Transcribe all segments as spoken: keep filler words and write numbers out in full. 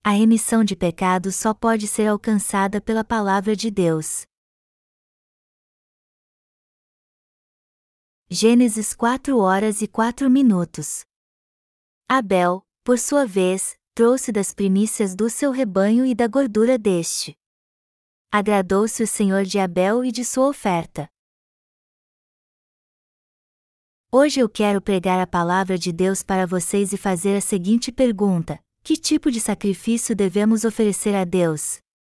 A remissão de pecados só pode ser alcançada pela palavra de Deus. Gênesis quatro horas e quatro minutos. Abel, por sua vez, trouxe das primícias do seu rebanho e da gordura deste. Agradou-se o Senhor de Abel e de sua oferta. Hoje eu quero pregar a palavra de Deus para vocês e fazer a seguinte pergunta: que tipo de sacrifício devemos oferecer a Deus?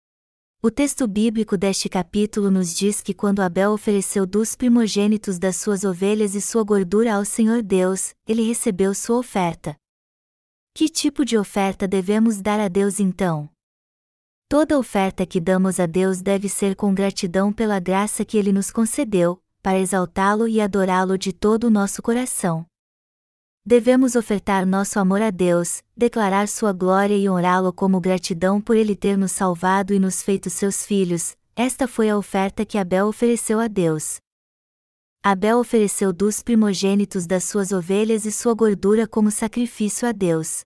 O texto bíblico deste capítulo nos diz que quando Abel ofereceu dos primogênitos das suas ovelhas e sua gordura ao Senhor Deus, ele recebeu sua oferta. Que tipo de oferta devemos dar a Deus então? Toda oferta que damos a Deus deve ser com gratidão pela graça que Ele nos concedeu, para exaltá-lo e adorá-lo de todo o nosso coração. Devemos ofertar nosso amor a Deus, declarar sua glória e honrá-lo como gratidão por Ele ter nos salvado e nos feito seus filhos. Esta foi a oferta que Abel ofereceu a Deus. Abel ofereceu dos primogênitos das suas ovelhas e sua gordura como sacrifício a Deus.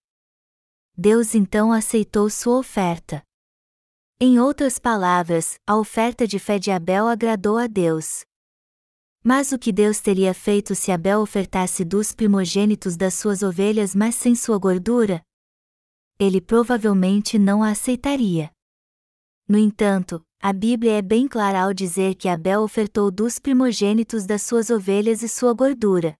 Deus então aceitou sua oferta. Em outras palavras, a oferta de fé de Abel agradou a Deus. Mas o que Deus teria feito se Abel ofertasse dos primogênitos das suas ovelhas mas sem sua gordura? Ele provavelmente não a aceitaria. No entanto, a Bíblia é bem clara ao dizer que Abel ofertou dos primogênitos das suas ovelhas e sua gordura.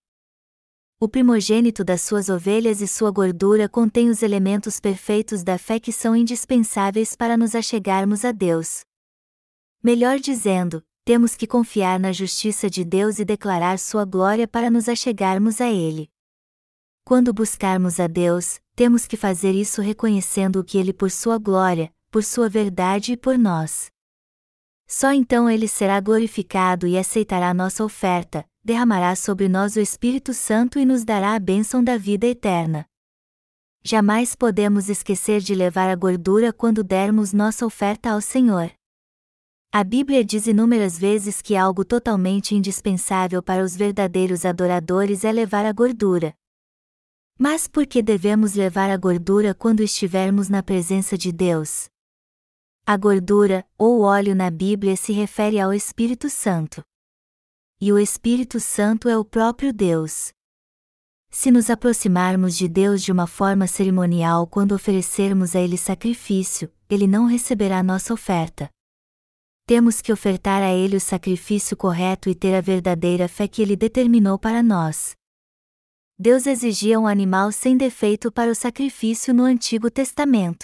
O primogênito das suas ovelhas e sua gordura contém os elementos perfeitos da fé que são indispensáveis para nos achegarmos a Deus. Melhor dizendo, temos que confiar na justiça de Deus e declarar sua glória para nos achegarmos a Ele. Quando buscarmos a Deus, temos que fazer isso reconhecendo o que Ele por sua glória, por sua verdade e por nós. Só então Ele será glorificado e aceitará nossa oferta, derramará sobre nós o Espírito Santo e nos dará a bênção da vida eterna. Jamais podemos esquecer de levar a gordura quando dermos nossa oferta ao Senhor. A Bíblia diz inúmeras vezes que algo totalmente indispensável para os verdadeiros adoradores é levar a gordura. Mas por que devemos levar a gordura quando estivermos na presença de Deus? A gordura, ou óleo na Bíblia se refere ao Espírito Santo. E o Espírito Santo é o próprio Deus. Se nos aproximarmos de Deus de uma forma cerimonial quando oferecermos a Ele sacrifício, Ele não receberá nossa oferta. Temos que ofertar a Ele o sacrifício correto e ter a verdadeira fé que Ele determinou para nós. Deus exigia um animal sem defeito para o sacrifício no Antigo Testamento.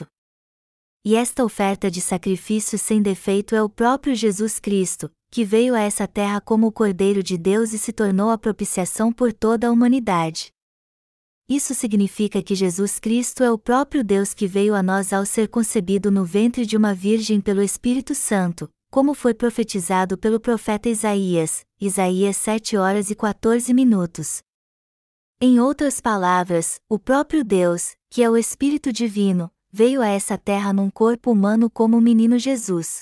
E esta oferta de sacrifício sem defeito é o próprio Jesus Cristo, que veio a essa terra como o Cordeiro de Deus e se tornou a propiciação por toda a humanidade. Isso significa que Jesus Cristo é o próprio Deus que veio a nós ao ser concebido no ventre de uma virgem pelo Espírito Santo, como foi profetizado pelo profeta Isaías, Isaías sete horas e quatorze minutos. Em outras palavras, o próprio Deus, que é o Espírito Divino, veio a essa terra num corpo humano como o menino Jesus.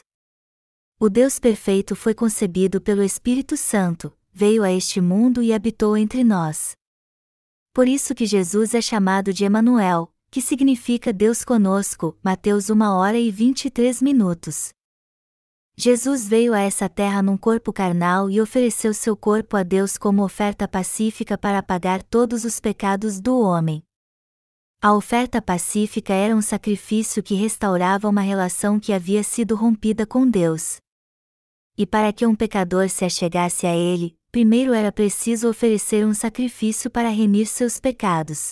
O Deus perfeito foi concebido pelo Espírito Santo, veio a este mundo e habitou entre nós. Por isso que Jesus é chamado de Emanuel, que significa Deus conosco, Mateus uma hora e vinte e três minutos. Jesus veio a essa terra num corpo carnal e ofereceu seu corpo a Deus como oferta pacífica para apagar todos os pecados do homem. A oferta pacífica era um sacrifício que restaurava uma relação que havia sido rompida com Deus. E para que um pecador se achegasse a Ele, primeiro era preciso oferecer um sacrifício para remir seus pecados.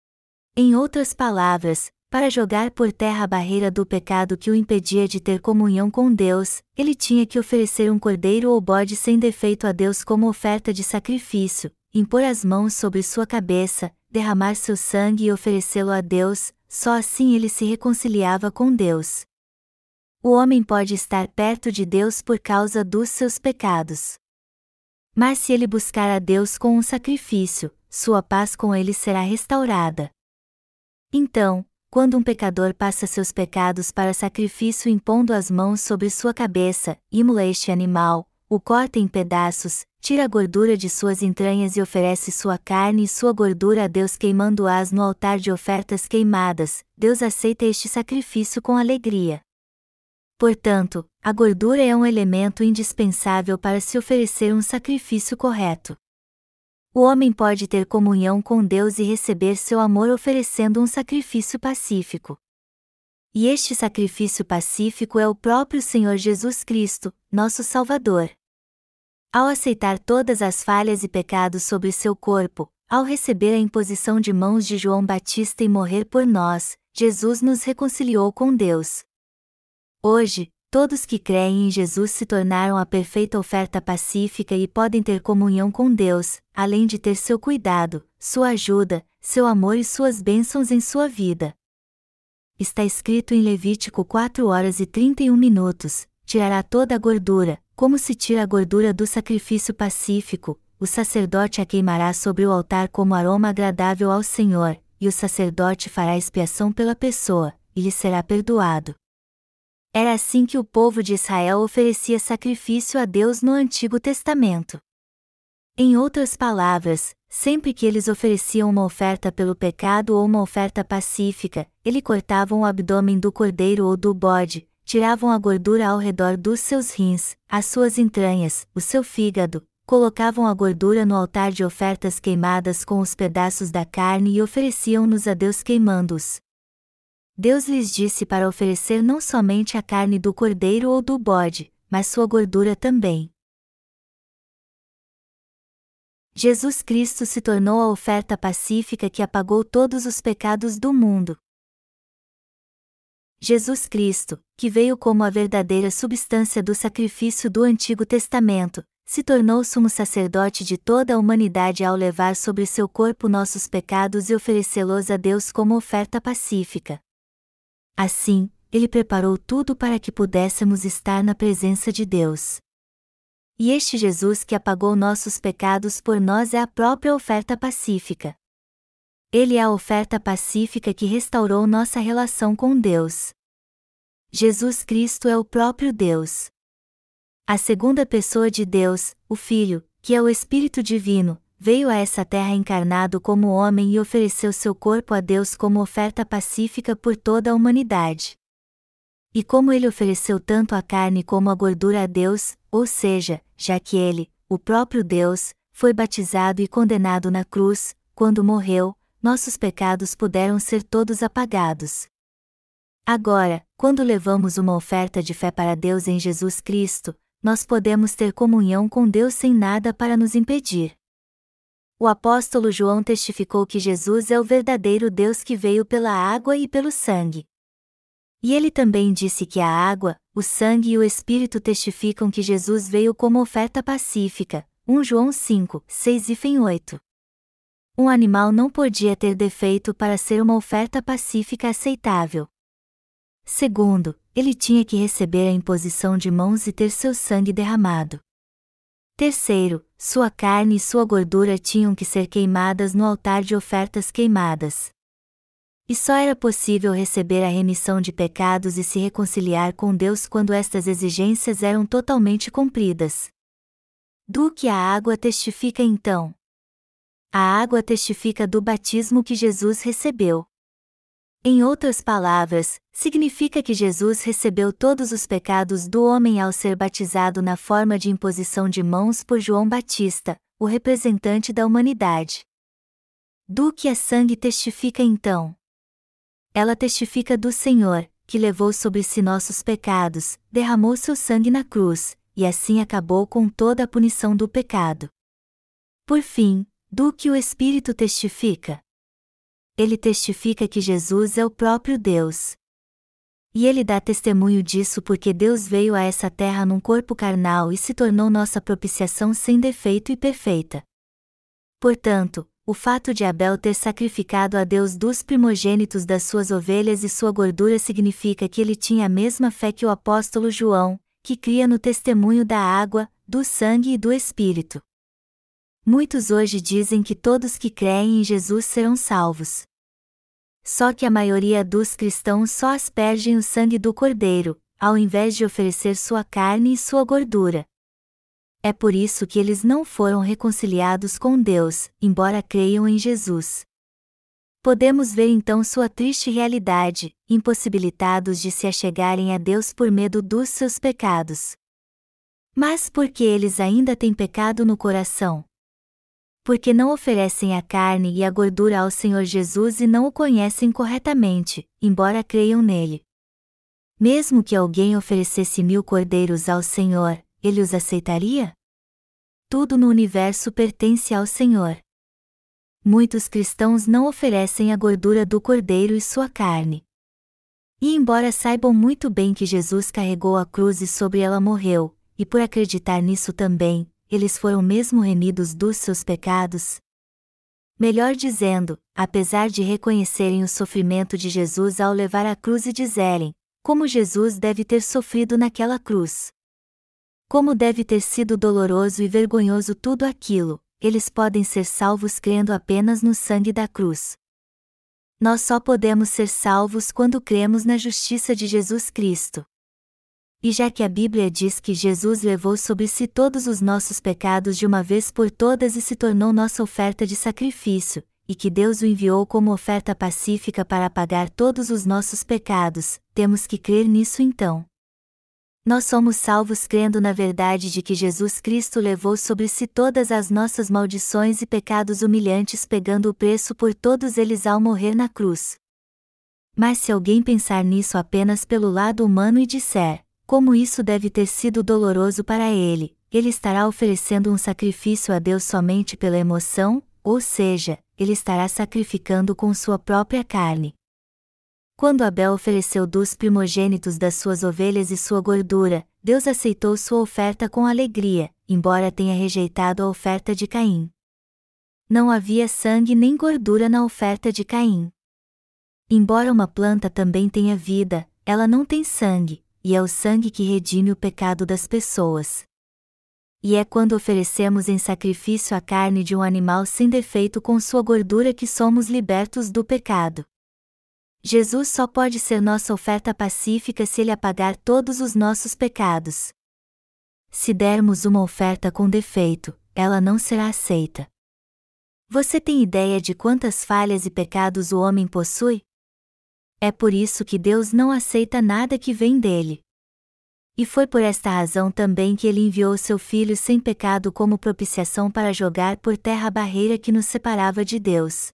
Em outras palavras, para jogar por terra a barreira do pecado que o impedia de ter comunhão com Deus, ele tinha que oferecer um cordeiro ou bode sem defeito a Deus como oferta de sacrifício, impor as mãos sobre sua cabeça, derramar seu sangue e oferecê-lo a Deus. Só assim ele se reconciliava com Deus. O homem pode estar perto de Deus por causa dos seus pecados. Mas se ele buscar a Deus com um sacrifício, sua paz com Ele será restaurada. Então, quando um pecador passa seus pecados para sacrifício impondo as mãos sobre sua cabeça, imola este animal, o corta em pedaços, tira a gordura de suas entranhas e oferece sua carne e sua gordura a Deus queimando-as no altar de ofertas queimadas, Deus aceita este sacrifício com alegria. Portanto, a gordura é um elemento indispensável para se oferecer um sacrifício correto. O homem pode ter comunhão com Deus e receber seu amor oferecendo um sacrifício pacífico. E este sacrifício pacífico é o próprio Senhor Jesus Cristo, nosso Salvador. Ao aceitar todas as falhas e pecados sobre seu corpo, ao receber a imposição de mãos de João Batista e morrer por nós, Jesus nos reconciliou com Deus. Hoje, todos que creem em Jesus se tornaram a perfeita oferta pacífica e podem ter comunhão com Deus, além de ter seu cuidado, sua ajuda, seu amor e suas bênçãos em sua vida. Está escrito em Levítico quatro horas e trinta e um minutos, tirará toda a gordura, como se tira a gordura do sacrifício pacífico, o sacerdote a queimará sobre o altar como aroma agradável ao Senhor, e o sacerdote fará expiação pela pessoa, e lhe será perdoado. Era assim que o povo de Israel oferecia sacrifício a Deus no Antigo Testamento. Em outras palavras, sempre que eles ofereciam uma oferta pelo pecado ou uma oferta pacífica, eles cortavam o abdômen do cordeiro ou do bode, tiravam a gordura ao redor dos seus rins, as suas entranhas, o seu fígado, colocavam a gordura no altar de ofertas queimadas com os pedaços da carne e ofereciam-nos a Deus queimando-os. Deus lhes disse para oferecer não somente a carne do cordeiro ou do bode, mas sua gordura também. Jesus Cristo se tornou a oferta pacífica que apagou todos os pecados do mundo. Jesus Cristo, que veio como a verdadeira substância do sacrifício do Antigo Testamento, se tornou sumo sacerdote de toda a humanidade ao levar sobre seu corpo nossos pecados e oferecê-los a Deus como oferta pacífica. Assim, ele preparou tudo para que pudéssemos estar na presença de Deus. E este Jesus que apagou nossos pecados por nós é a própria oferta pacífica. Ele é a oferta pacífica que restaurou nossa relação com Deus. Jesus Cristo é o próprio Deus. A segunda pessoa de Deus, o Filho, que é o Espírito Divino, veio a essa terra encarnado como homem e ofereceu seu corpo a Deus como oferta pacífica por toda a humanidade. E como ele ofereceu tanto a carne como a gordura a Deus, ou seja, já que ele, o próprio Deus, foi batizado e condenado na cruz, quando morreu, nossos pecados puderam ser todos apagados. Agora, quando levamos uma oferta de fé para Deus em Jesus Cristo, nós podemos ter comunhão com Deus sem nada para nos impedir. O apóstolo João testificou que Jesus é o verdadeiro Deus que veio pela água e pelo sangue. E ele também disse que a água, o sangue e o Espírito testificam que Jesus veio como oferta pacífica, Primeiro João cinco, seis e oito. Um animal não podia ter defeito para ser uma oferta pacífica aceitável. Segundo, ele tinha que receber a imposição de mãos e ter seu sangue derramado. Terceiro, sua carne e sua gordura tinham que ser queimadas no altar de ofertas queimadas. E só era possível receber a remissão de pecados e se reconciliar com Deus quando estas exigências eram totalmente cumpridas. Do que a água testifica então? A água testifica do batismo que Jesus recebeu. Em outras palavras, significa que Jesus recebeu todos os pecados do homem ao ser batizado na forma de imposição de mãos por João Batista, o representante da humanidade. Do que a sangue testifica então? Ela testifica do Senhor, que levou sobre si nossos pecados, derramou seu sangue na cruz, e assim acabou com toda a punição do pecado. Por fim, do que o Espírito testifica? Ele testifica que Jesus é o próprio Deus. E ele dá testemunho disso porque Deus veio a essa terra num corpo carnal e se tornou nossa propiciação sem defeito e perfeita. Portanto, o fato de Abel ter sacrificado a Deus dos primogênitos das suas ovelhas e sua gordura significa que ele tinha a mesma fé que o apóstolo João, que cria no testemunho da água, do sangue e do Espírito. Muitos hoje dizem que todos que creem em Jesus serão salvos. Só que a maioria dos cristãos só aspergem o sangue do cordeiro, ao invés de oferecer sua carne e sua gordura. É por isso que eles não foram reconciliados com Deus, embora creiam em Jesus. Podemos ver então sua triste realidade, impossibilitados de se achegarem a Deus por medo dos seus pecados. Mas por que eles ainda têm pecado no coração? Porque não oferecem a carne e a gordura ao Senhor Jesus e não o conhecem corretamente, embora creiam nele. Mesmo que alguém oferecesse mil cordeiros ao Senhor, ele os aceitaria? Tudo no universo pertence ao Senhor. Muitos cristãos não oferecem a gordura do cordeiro e sua carne. E embora saibam muito bem que Jesus carregou a cruz e sobre ela morreu, e por acreditar nisso também, eles foram mesmo remidos dos seus pecados? Melhor dizendo, apesar de reconhecerem o sofrimento de Jesus ao levar a cruz e dizerem, como Jesus deve ter sofrido naquela cruz. Como deve ter sido doloroso e vergonhoso tudo aquilo, eles podem ser salvos crendo apenas no sangue da cruz. Nós só podemos ser salvos quando cremos na justiça de Jesus Cristo. E já que a Bíblia diz que Jesus levou sobre si todos os nossos pecados de uma vez por todas e se tornou nossa oferta de sacrifício, e que Deus o enviou como oferta pacífica para apagar todos os nossos pecados, temos que crer nisso então. Nós somos salvos crendo na verdade de que Jesus Cristo levou sobre si todas as nossas maldições e pecados humilhantes pegando o preço por todos eles ao morrer na cruz. Mas se alguém pensar nisso apenas pelo lado humano e disser, como isso deve ter sido doloroso para ele, ele estará oferecendo um sacrifício a Deus somente pela emoção, ou seja, ele estará sacrificando com sua própria carne. Quando Abel ofereceu dos primogênitos das suas ovelhas e sua gordura, Deus aceitou sua oferta com alegria, embora tenha rejeitado a oferta de Caim. Não havia sangue nem gordura na oferta de Caim. Embora uma planta também tenha vida, ela não tem sangue, e é o sangue que redime o pecado das pessoas. E é quando oferecemos em sacrifício a carne de um animal sem defeito com sua gordura que somos libertos do pecado. Jesus só pode ser nossa oferta pacífica se ele apagar todos os nossos pecados. Se dermos uma oferta com defeito, ela não será aceita. Você tem ideia de quantas falhas e pecados o homem possui? É por isso que Deus não aceita nada que vem dele. E foi por esta razão também que ele enviou seu Filho sem pecado como propiciação para jogar por terra a barreira que nos separava de Deus.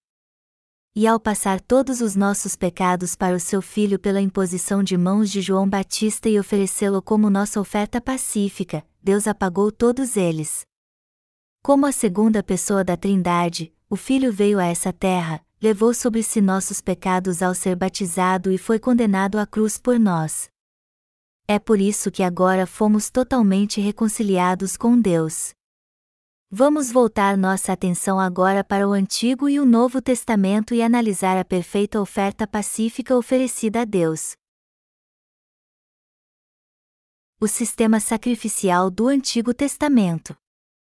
E ao passar todos os nossos pecados para o seu Filho pela imposição de mãos de João Batista e oferecê-lo como nossa oferta pacífica, Deus apagou todos eles. Como a segunda pessoa da Trindade, o Filho veio a essa terra, levou sobre si nossos pecados ao ser batizado e foi condenado à cruz por nós. É por isso que agora fomos totalmente reconciliados com Deus. Vamos voltar nossa atenção agora para o Antigo e o Novo Testamento e analisar a perfeita oferta pacífica oferecida a Deus. O sistema sacrificial do Antigo Testamento.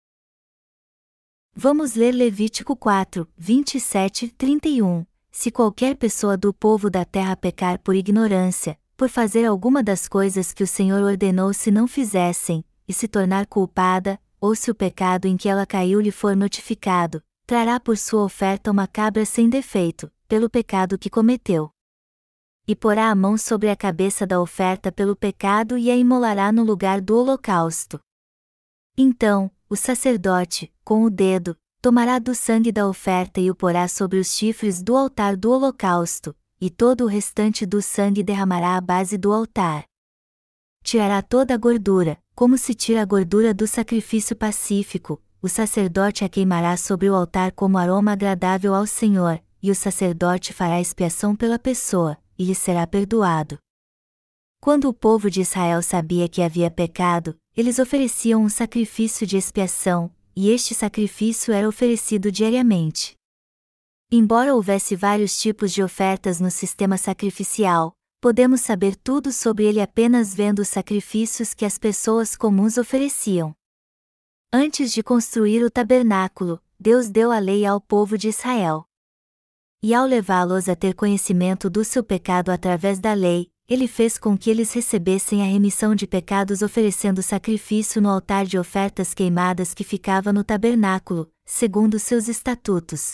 Vamos ler Levítico quatro, vinte e sete a trinta e um. Se qualquer pessoa do povo da terra pecar por ignorância, por fazer alguma das coisas que o Senhor ordenou se não fizessem, e se tornar culpada, ou se o pecado em que ela caiu lhe for notificado, trará por sua oferta uma cabra sem defeito, pelo pecado que cometeu. E porá a mão sobre a cabeça da oferta pelo pecado e a imolará no lugar do holocausto. Então, o sacerdote, com o dedo, tomará do sangue da oferta e o porá sobre os chifres do altar do holocausto, e todo o restante do sangue derramará à base do altar. Tirará toda a gordura, como se tira a gordura do sacrifício pacífico, o sacerdote a queimará sobre o altar como aroma agradável ao Senhor, e o sacerdote fará expiação pela pessoa, e lhe será perdoado. Quando o povo de Israel sabia que havia pecado, eles ofereciam um sacrifício de expiação, e este sacrifício era oferecido diariamente. Embora houvesse vários tipos de ofertas no sistema sacrificial, podemos saber tudo sobre ele apenas vendo os sacrifícios que as pessoas comuns ofereciam. Antes de construir o tabernáculo, Deus deu a lei ao povo de Israel. E ao levá-los a ter conhecimento do seu pecado através da lei, ele fez com que eles recebessem a remissão de pecados oferecendo sacrifício no altar de ofertas queimadas que ficava no tabernáculo, segundo seus estatutos.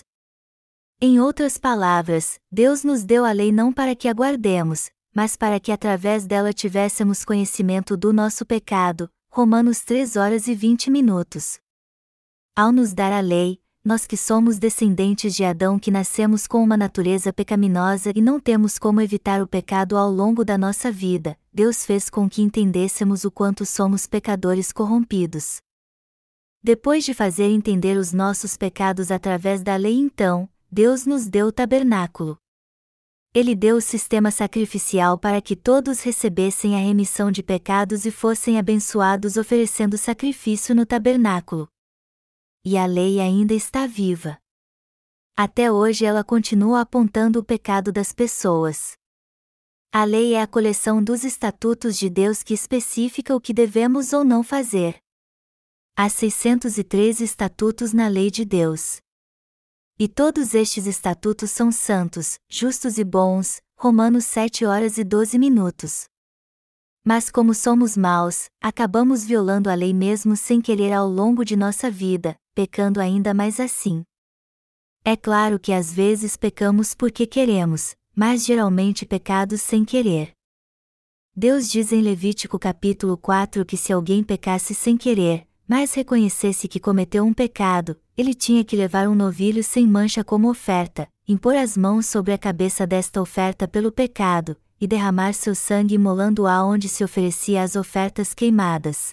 Em outras palavras, Deus nos deu a lei não para que a guardemos, mas para que através dela tivéssemos conhecimento do nosso pecado. Romanos três horas e vinte minutos. Ao nos dar a lei, nós que somos descendentes de Adão que nascemos com uma natureza pecaminosa e não temos como evitar o pecado ao longo da nossa vida, Deus fez com que entendêssemos o quanto somos pecadores corrompidos. Depois de fazer entender os nossos pecados através da lei então, Deus nos deu o tabernáculo. Ele deu o sistema sacrificial para que todos recebessem a remissão de pecados e fossem abençoados oferecendo sacrifício no tabernáculo. E a lei ainda está viva. Até hoje ela continua apontando o pecado das pessoas. A lei é a coleção dos estatutos de Deus que especifica o que devemos ou não fazer. Há seiscentos e treze estatutos na lei de Deus. E todos estes estatutos são santos, justos e bons, Romanos sete horas e doze minutos. Mas como somos maus, acabamos violando a lei mesmo sem querer ao longo de nossa vida, pecando ainda mais assim. É claro que às vezes pecamos porque queremos, mas geralmente pecados sem querer. Deus diz em Levítico capítulo quatro que se alguém pecasse sem querer, mas reconhecesse que cometeu um pecado, ele tinha que levar um novilho sem mancha como oferta, impor as mãos sobre a cabeça desta oferta pelo pecado, e derramar seu sangue imolando-a onde se oferecia as ofertas queimadas.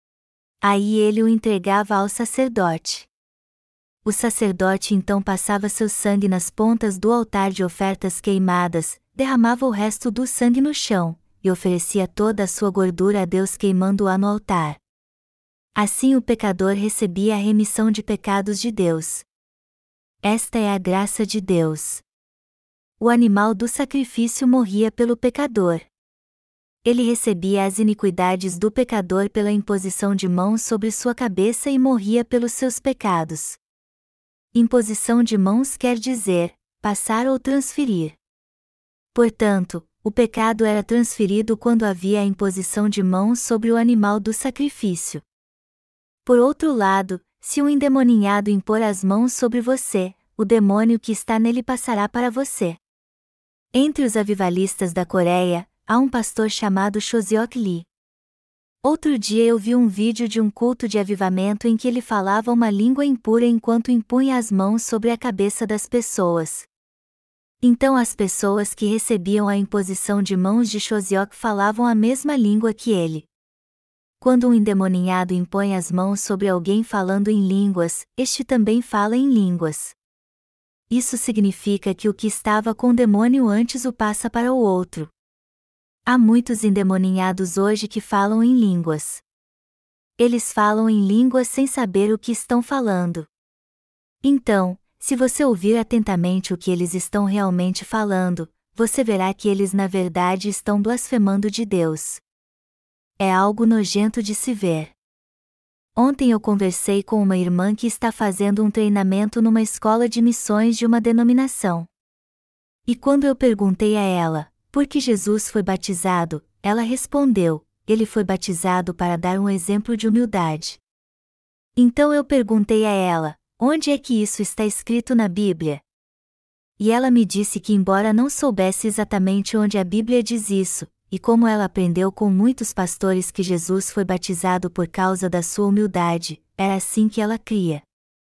Aí ele o entregava ao sacerdote. O sacerdote então passava seu sangue nas pontas do altar de ofertas queimadas, derramava o resto do sangue no chão, e oferecia toda a sua gordura a Deus queimando-a no altar. Assim o pecador recebia a remissão de pecados de Deus. Esta é a graça de Deus. O animal do sacrifício morria pelo pecador. Ele recebia as iniquidades do pecador pela imposição de mãos sobre sua cabeça e morria pelos seus pecados. Imposição de mãos quer dizer, passar ou transferir. Portanto, o pecado era transferido quando havia a imposição de mãos sobre o animal do sacrifício. Por outro lado, se um endemoninhado impor as mãos sobre você, o demônio que está nele passará para você. Entre os avivalistas da Coreia, há um pastor chamado Choseok Lee. Outro dia eu vi um vídeo de um culto de avivamento em que ele falava uma língua impura enquanto impunha as mãos sobre a cabeça das pessoas. Então as pessoas que recebiam a imposição de mãos de Choseok falavam a mesma língua que ele. Quando um endemoninhado impõe as mãos sobre alguém falando em línguas, este também fala em línguas. Isso significa que o que estava com o demônio antes o passa para o outro. Há muitos endemoninhados hoje que falam em línguas. Eles falam em línguas sem saber o que estão falando. Então, se você ouvir atentamente o que eles estão realmente falando, você verá que eles na verdade estão blasfemando de Deus. É algo nojento de se ver. Ontem eu conversei com uma irmã que está fazendo um treinamento numa escola de missões de uma denominação. E quando eu perguntei a ela, por que Jesus foi batizado, ela respondeu, ele foi batizado para dar um exemplo de humildade. Então eu perguntei a ela, onde é que isso está escrito na Bíblia? E ela me disse que embora não soubesse exatamente onde a Bíblia diz isso, e como ela aprendeu com muitos pastores que Jesus foi batizado por causa da sua humildade, era assim que ela cria.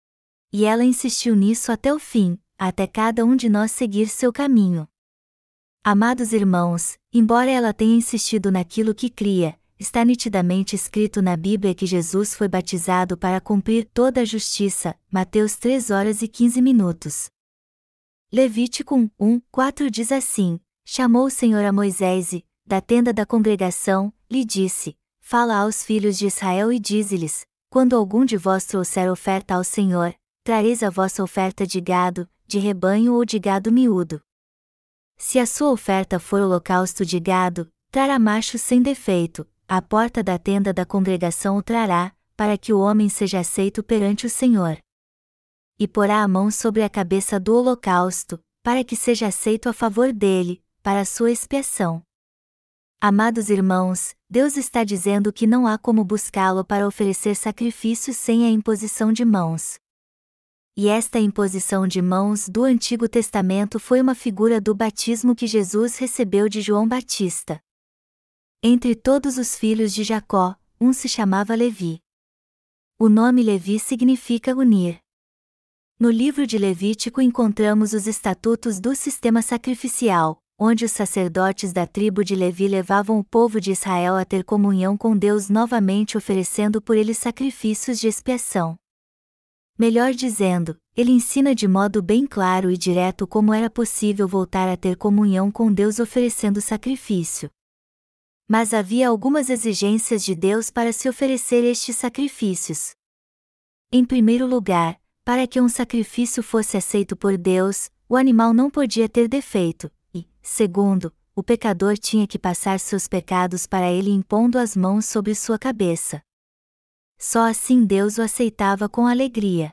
E ela insistiu nisso até o fim, até cada um de nós seguir seu caminho. Amados irmãos, embora ela tenha insistido naquilo que cria, está nitidamente escrito na Bíblia que Jesus foi batizado para cumprir toda a justiça, Mateus três horas e quinze minutos. Levítico um, quatro diz assim, chamou o Senhor a Moisés e, da tenda da congregação, lhe disse, fala aos filhos de Israel e dize-lhes, quando algum de vós trouxer oferta ao Senhor, trareis a vossa oferta de gado, de rebanho ou de gado miúdo. Se a sua oferta for holocausto de gado, trará macho sem defeito, à porta da tenda da congregação o trará, para que o homem seja aceito perante o Senhor. E porá a mão sobre a cabeça do holocausto, para que seja aceito a favor dele, para a sua expiação. Amados irmãos, Deus está dizendo que não há como buscá-lo para oferecer sacrifícios sem a imposição de mãos. E esta imposição de mãos do Antigo Testamento foi uma figura do batismo que Jesus recebeu de João Batista. Entre todos os filhos de Jacó, um se chamava Levi. O nome Levi significa unir. No livro de Levítico encontramos os estatutos do sistema sacrificial, onde os sacerdotes da tribo de Levi levavam o povo de Israel a ter comunhão com Deus novamente oferecendo por eles sacrifícios de expiação. Melhor dizendo, ele ensina de modo bem claro e direto como era possível voltar a ter comunhão com Deus oferecendo sacrifício. Mas havia algumas exigências de Deus para se oferecer estes sacrifícios. Em primeiro lugar, para que um sacrifício fosse aceito por Deus, o animal não podia ter defeito, e, segundo, o pecador tinha que passar seus pecados para ele impondo as mãos sobre sua cabeça. Só assim Deus o aceitava com alegria.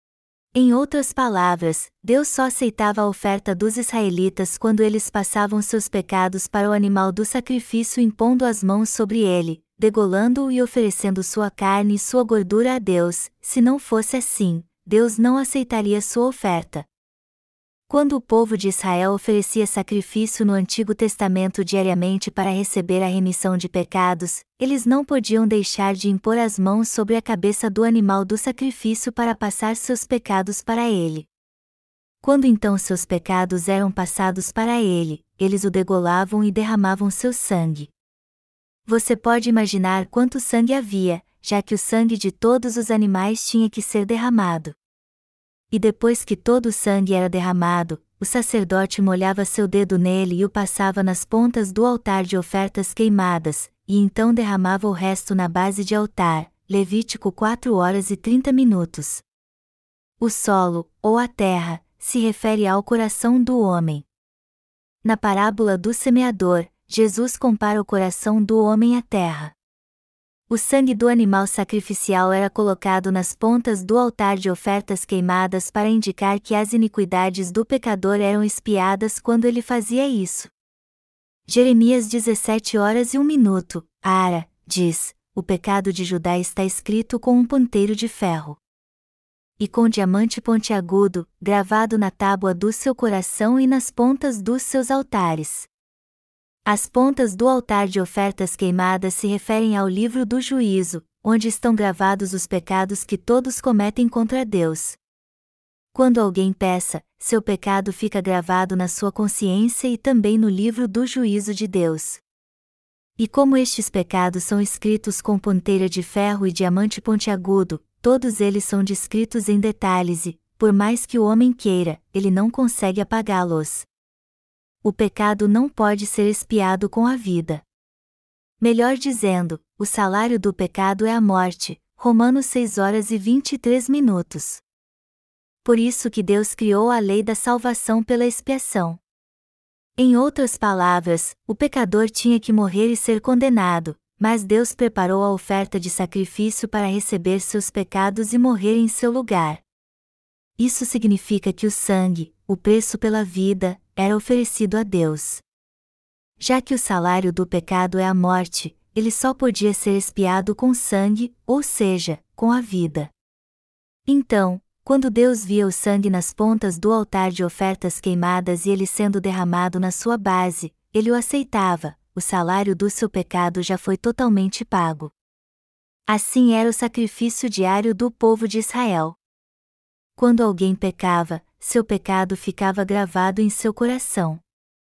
Em outras palavras, Deus só aceitava a oferta dos israelitas quando eles passavam seus pecados para o animal do sacrifício impondo as mãos sobre ele, degolando-o e oferecendo sua carne e sua gordura a Deus. Se não fosse assim, Deus não aceitaria sua oferta. Quando o povo de Israel oferecia sacrifício no Antigo Testamento diariamente para receber a remissão de pecados, eles não podiam deixar de impor as mãos sobre a cabeça do animal do sacrifício para passar seus pecados para ele. Quando então seus pecados eram passados para ele, eles o degolavam e derramavam seu sangue. Você pode imaginar quanto sangue havia, já que o sangue de todos os animais tinha que ser derramado. E depois que todo o sangue era derramado, o sacerdote molhava seu dedo nele e o passava nas pontas do altar de ofertas queimadas, e então derramava o resto na base de altar. Levítico quatro horas e trinta minutos. O solo, ou a terra, se refere ao coração do homem. Na parábola do semeador, Jesus compara o coração do homem à terra. O sangue do animal sacrificial era colocado nas pontas do altar de ofertas queimadas para indicar que as iniquidades do pecador eram expiadas quando ele fazia isso. Jeremias dezessete horas e um minuto, Ara, diz, o pecado de Judá está escrito com um ponteiro de ferro e com diamante pontiagudo, gravado na tábua do seu coração e nas pontas dos seus altares. As pontas do altar de ofertas queimadas se referem ao livro do juízo, onde estão gravados os pecados que todos cometem contra Deus. Quando alguém peca, seu pecado fica gravado na sua consciência e também no livro do juízo de Deus. E como estes pecados são escritos com ponteira de ferro e diamante pontiagudo, todos eles são descritos em detalhes e, por mais que o homem queira, ele não consegue apagá-los. O pecado não pode ser expiado com a vida. Melhor dizendo, o salário do pecado é a morte. Romanos seis horas e vinte e três minutos. Por isso que Deus criou a lei da salvação pela expiação. Em outras palavras, o pecador tinha que morrer e ser condenado, mas Deus preparou a oferta de sacrifício para receber seus pecados e morrer em seu lugar. Isso significa que o sangue, o preço pela vida, era oferecido a Deus. Já que o salário do pecado é a morte, ele só podia ser expiado com sangue, ou seja, com a vida. Então, quando Deus via o sangue nas pontas do altar de ofertas queimadas e ele sendo derramado na sua base, ele o aceitava, o salário do seu pecado já foi totalmente pago. Assim era o sacrifício diário do povo de Israel. Quando alguém pecava, seu pecado ficava gravado em seu coração.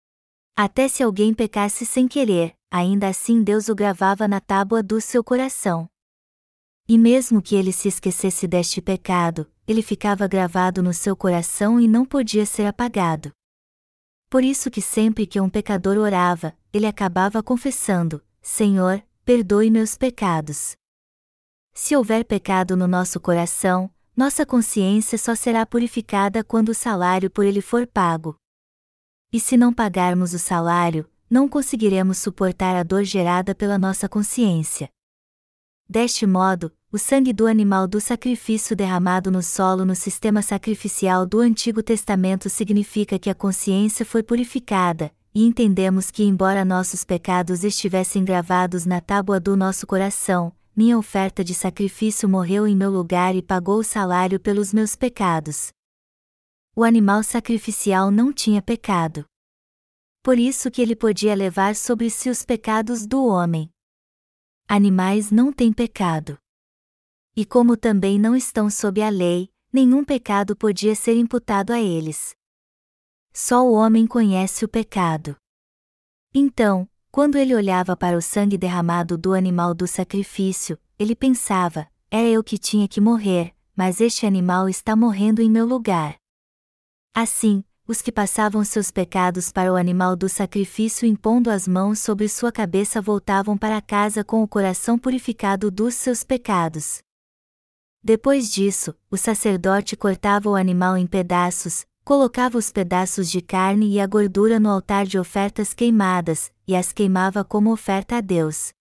Até se alguém pecasse sem querer, ainda assim Deus o gravava na tábua do seu coração. E mesmo que ele se esquecesse deste pecado, ele ficava gravado no seu coração e não podia ser apagado. Por isso que sempre que um pecador orava, ele acabava confessando: Senhor, perdoe meus pecados. Se houver pecado no nosso coração, nossa consciência só será purificada quando o salário por ele for pago. E se não pagarmos o salário, não conseguiremos suportar a dor gerada pela nossa consciência. Deste modo, o sangue do animal do sacrifício derramado no solo no sistema sacrificial do Antigo Testamento significa que a consciência foi purificada, e entendemos que, embora nossos pecados estivessem gravados na tábua do nosso coração, minha oferta de sacrifício morreu em meu lugar e pagou o salário pelos meus pecados. O animal sacrificial não tinha pecado. Por isso que ele podia levar sobre si os pecados do homem. Animais não têm pecado. E como também não estão sob a lei, nenhum pecado podia ser imputado a eles. Só o homem conhece o pecado. Então, quando ele olhava para o sangue derramado do animal do sacrifício, ele pensava: era eu que tinha que morrer, mas este animal está morrendo em meu lugar. Assim, os que passavam seus pecados para o animal do sacrifício impondo as mãos sobre sua cabeça voltavam para casa com o coração purificado dos seus pecados. Depois disso, o sacerdote cortava o animal em pedaços, colocava os pedaços de carne e a gordura no altar de ofertas queimadas, e as queimava como oferta a Deus.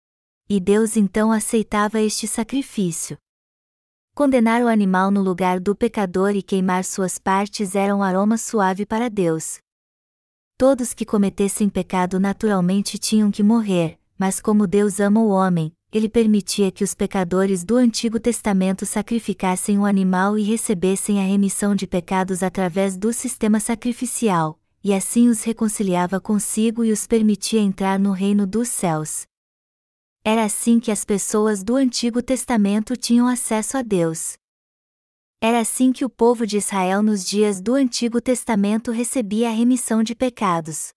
E Deus então aceitava este sacrifício. Condenar o animal no lugar do pecador e queimar suas partes era um aroma suave para Deus. Todos que cometessem pecado naturalmente tinham que morrer, mas como Deus ama o homem, Ele permitia que os pecadores do Antigo Testamento sacrificassem um animal e recebessem a remissão de pecados através do sistema sacrificial, e assim os reconciliava consigo e os permitia entrar no reino dos céus. Era assim que as pessoas do Antigo Testamento tinham acesso a Deus. Era assim que o povo de Israel nos dias do Antigo Testamento recebia a remissão de pecados.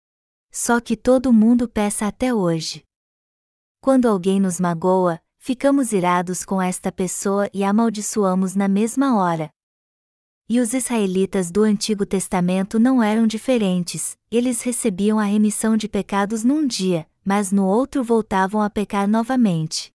Só que todo mundo peca até hoje. Quando alguém nos magoa, ficamos irados com esta pessoa e a amaldiçoamos na mesma hora. E os israelitas do Antigo Testamento não eram diferentes, eles recebiam a remissão de pecados num dia, mas no outro voltavam a pecar novamente.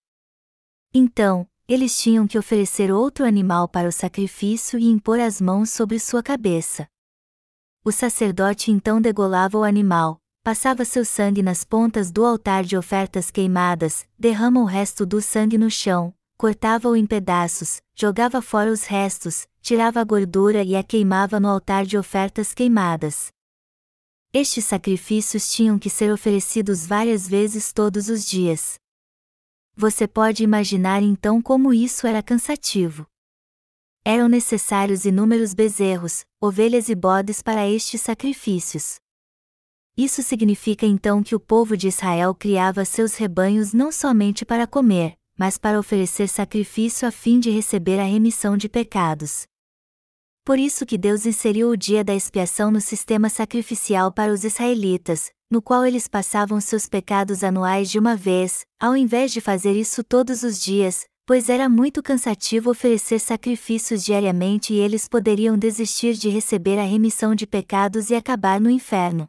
Então, eles tinham que oferecer outro animal para o sacrifício e impor as mãos sobre sua cabeça. O sacerdote então degolava o animal, passava seu sangue nas pontas do altar de ofertas queimadas, derrama o resto do sangue no chão, cortava-o em pedaços, jogava fora os restos, tirava a gordura e a queimava no altar de ofertas queimadas. Estes sacrifícios tinham que ser oferecidos várias vezes todos os dias. Você pode imaginar então como isso era cansativo. Eram necessários inúmeros bezerros, ovelhas e bodes para estes sacrifícios. Isso significa então que o povo de Israel criava seus rebanhos não somente para comer, mas para oferecer sacrifício a fim de receber a remissão de pecados. Por isso que Deus inseriu o dia da expiação no sistema sacrificial para os israelitas, no qual eles passavam seus pecados anuais de uma vez, ao invés de fazer isso todos os dias, pois era muito cansativo oferecer sacrifícios diariamente e eles poderiam desistir de receber a remissão de pecados e acabar no inferno.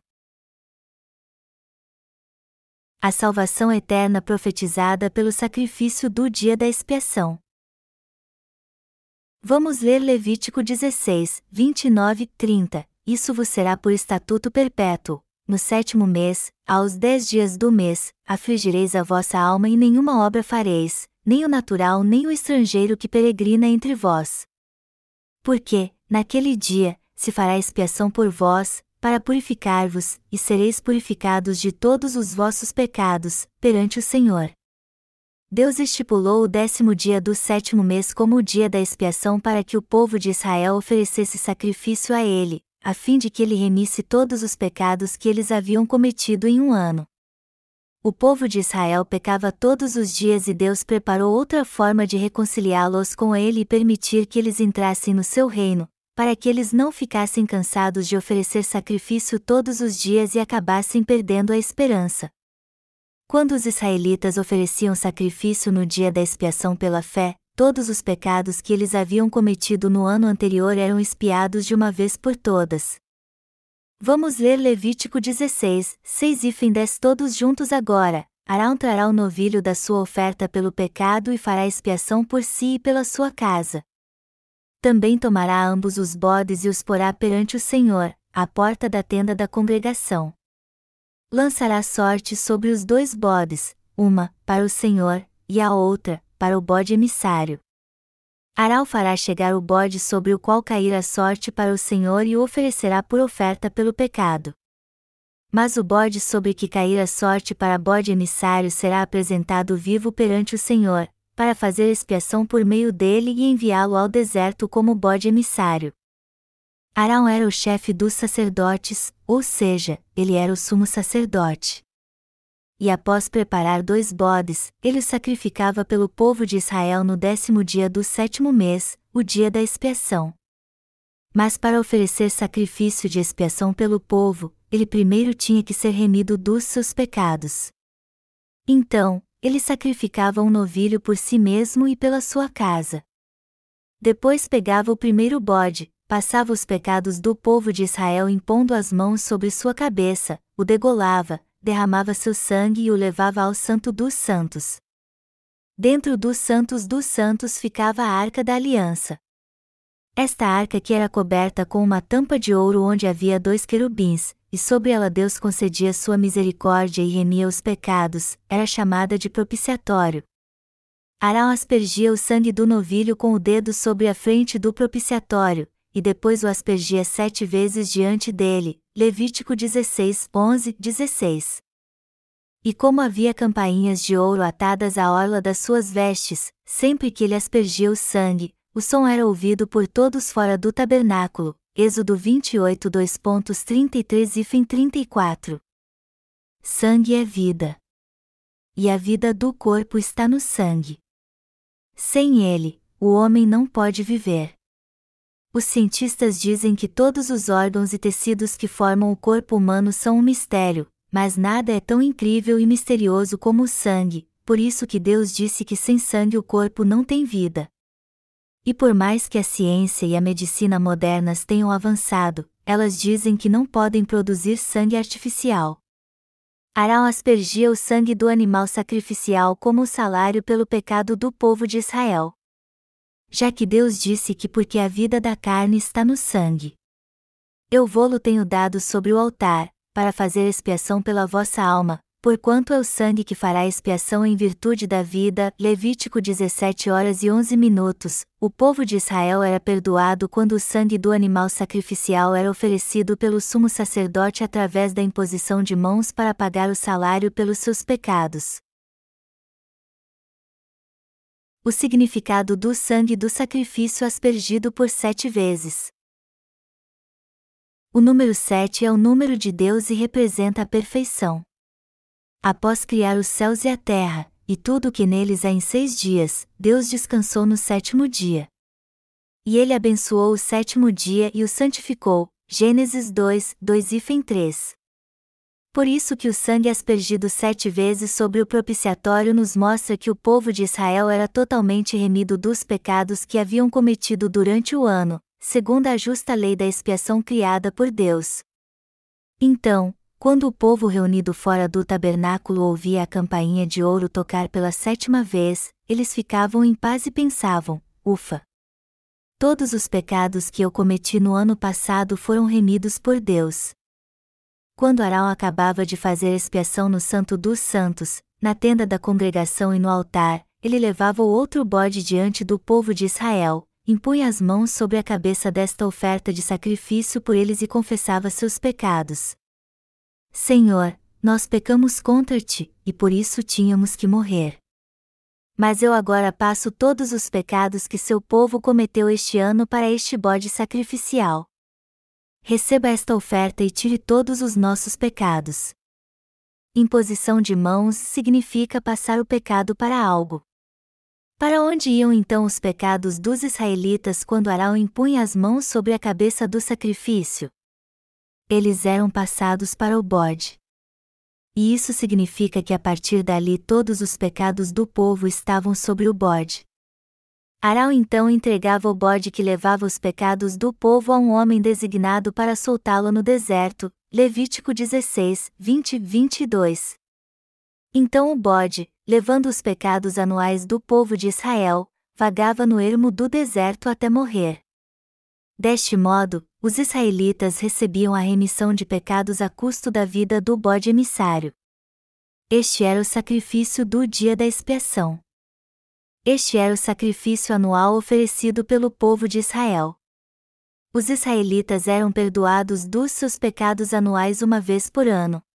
A salvação eterna profetizada pelo sacrifício do dia da expiação. Vamos ler Levítico dezesseis, vinte e nove e trinta. Isso vos será por estatuto perpétuo. No sétimo mês, aos dez dias do mês, afligireis a vossa alma e nenhuma obra fareis, nem o natural nem o estrangeiro que peregrina entre vós. Porque, naquele dia, se fará expiação por vós, para purificar-vos, e sereis purificados de todos os vossos pecados, perante o Senhor. Deus estipulou o décimo dia do sétimo mês como o dia da expiação para que o povo de Israel oferecesse sacrifício a ele, a fim de que ele remisse todos os pecados que eles haviam cometido em um ano. O povo de Israel pecava todos os dias e Deus preparou outra forma de reconciliá-los com ele e permitir que eles entrassem no seu reino, para que eles não ficassem cansados de oferecer sacrifício todos os dias e acabassem perdendo a esperança. Quando os israelitas ofereciam sacrifício no dia da expiação pela fé, todos os pecados que eles haviam cometido no ano anterior eram expiados de uma vez por todas. Vamos ler Levítico dezesseis, seis e dez todos juntos agora. Arão trará o novilho da sua oferta pelo pecado e fará expiação por si e pela sua casa. Também tomará ambos os bodes e os porá perante o Senhor, à porta da tenda da congregação. Lançará sorte sobre os dois bodes, uma, para o Senhor, e a outra, para o bode emissário. Arão fará chegar o bode sobre o qual cair a sorte para o Senhor e o oferecerá por oferta pelo pecado. Mas o bode sobre que cair a sorte para bode emissário será apresentado vivo perante o Senhor, para fazer expiação por meio dele e enviá-lo ao deserto como bode emissário. Arão era o chefe dos sacerdotes, ou seja, ele era o sumo sacerdote. E após preparar dois bodes, ele os sacrificava pelo povo de Israel no décimo dia do sétimo mês, o dia da expiação. Mas para oferecer sacrifício de expiação pelo povo, ele primeiro tinha que ser remido dos seus pecados. Então, ele sacrificava um novilho por si mesmo e pela sua casa. Depois pegava o primeiro bode, passava os pecados do povo de Israel impondo as mãos sobre sua cabeça, o degolava, derramava seu sangue e o levava ao Santo dos Santos. Dentro dos Santos dos Santos ficava a Arca da Aliança. Esta arca que era coberta com uma tampa de ouro onde havia dois querubins, e sobre ela Deus concedia sua misericórdia e remia os pecados, era chamada de propiciatório. Arão aspergia o sangue do novilho com o dedo sobre a frente do propiciatório, e depois o aspergia sete vezes diante dele. Levítico dezesseis, onze, dezesseis. E como havia campainhas de ouro atadas à orla das suas vestes, sempre que ele aspergia o sangue, o som era ouvido por todos fora do tabernáculo. Êxodo vinte e oito, dois trinta e três e trinta e quatro. Sangue é vida. E a vida do corpo está no sangue. Sem ele, o homem não pode viver. Os cientistas dizem que todos os órgãos e tecidos que formam o corpo humano são um mistério, mas nada é tão incrível e misterioso como o sangue, por isso que Deus disse que sem sangue o corpo não tem vida. E por mais que a ciência e a medicina modernas tenham avançado, elas dizem que não podem produzir sangue artificial. Arão aspergia o sangue do animal sacrificial como o salário pelo pecado do povo de Israel. Já que Deus disse que porque a vida da carne está no sangue. Eu vô-lo tenho dado sobre o altar, para fazer expiação pela vossa alma, porquanto é o sangue que fará expiação em virtude da vida. Levítico dezessete horas e onze minutos. O povo de Israel era perdoado quando o sangue do animal sacrificial era oferecido pelo sumo sacerdote através da imposição de mãos para pagar o salário pelos seus pecados. O significado do sangue do sacrifício aspergido por sete vezes. O número sete é o número de Deus e representa a perfeição. Após criar os céus e a terra, e tudo o que neles há em seis dias, Deus descansou no sétimo dia. E ele abençoou o sétimo dia e o santificou. Gênesis dois, dois e três. Por isso que o sangue aspergido sete vezes sobre o propiciatório nos mostra que o povo de Israel era totalmente remido dos pecados que haviam cometido durante o ano, segundo a justa lei da expiação criada por Deus. Então, quando o povo reunido fora do tabernáculo ouvia a campainha de ouro tocar pela sétima vez, eles ficavam em paz e pensavam: ufa! Todos os pecados que eu cometi no ano passado foram remidos por Deus. Quando Arão acabava de fazer expiação no Santo dos Santos, na tenda da congregação e no altar, ele levava o outro bode diante do povo de Israel, impunha as mãos sobre a cabeça desta oferta de sacrifício por eles e confessava seus pecados. Senhor, nós pecamos contra ti, e por isso tínhamos que morrer. Mas eu agora passo todos os pecados que seu povo cometeu este ano para este bode sacrificial. Receba esta oferta e tire todos os nossos pecados. Imposição de mãos significa passar o pecado para algo. Para onde iam então os pecados dos israelitas quando Arão impunha as mãos sobre a cabeça do sacrifício? Eles eram passados para o bode. E isso significa que a partir dali todos os pecados do povo estavam sobre o bode. Arão então entregava o bode que levava os pecados do povo a um homem designado para soltá-lo no deserto. Levítico dezesseis, vinte, vinte e dois. Então o bode, levando os pecados anuais do povo de Israel, vagava no ermo do deserto até morrer. Deste modo, os israelitas recebiam a remissão de pecados a custo da vida do bode emissário. Este era o sacrifício do dia da expiação. Este era o sacrifício anual oferecido pelo povo de Israel. Os israelitas eram perdoados dos seus pecados anuais uma vez por ano,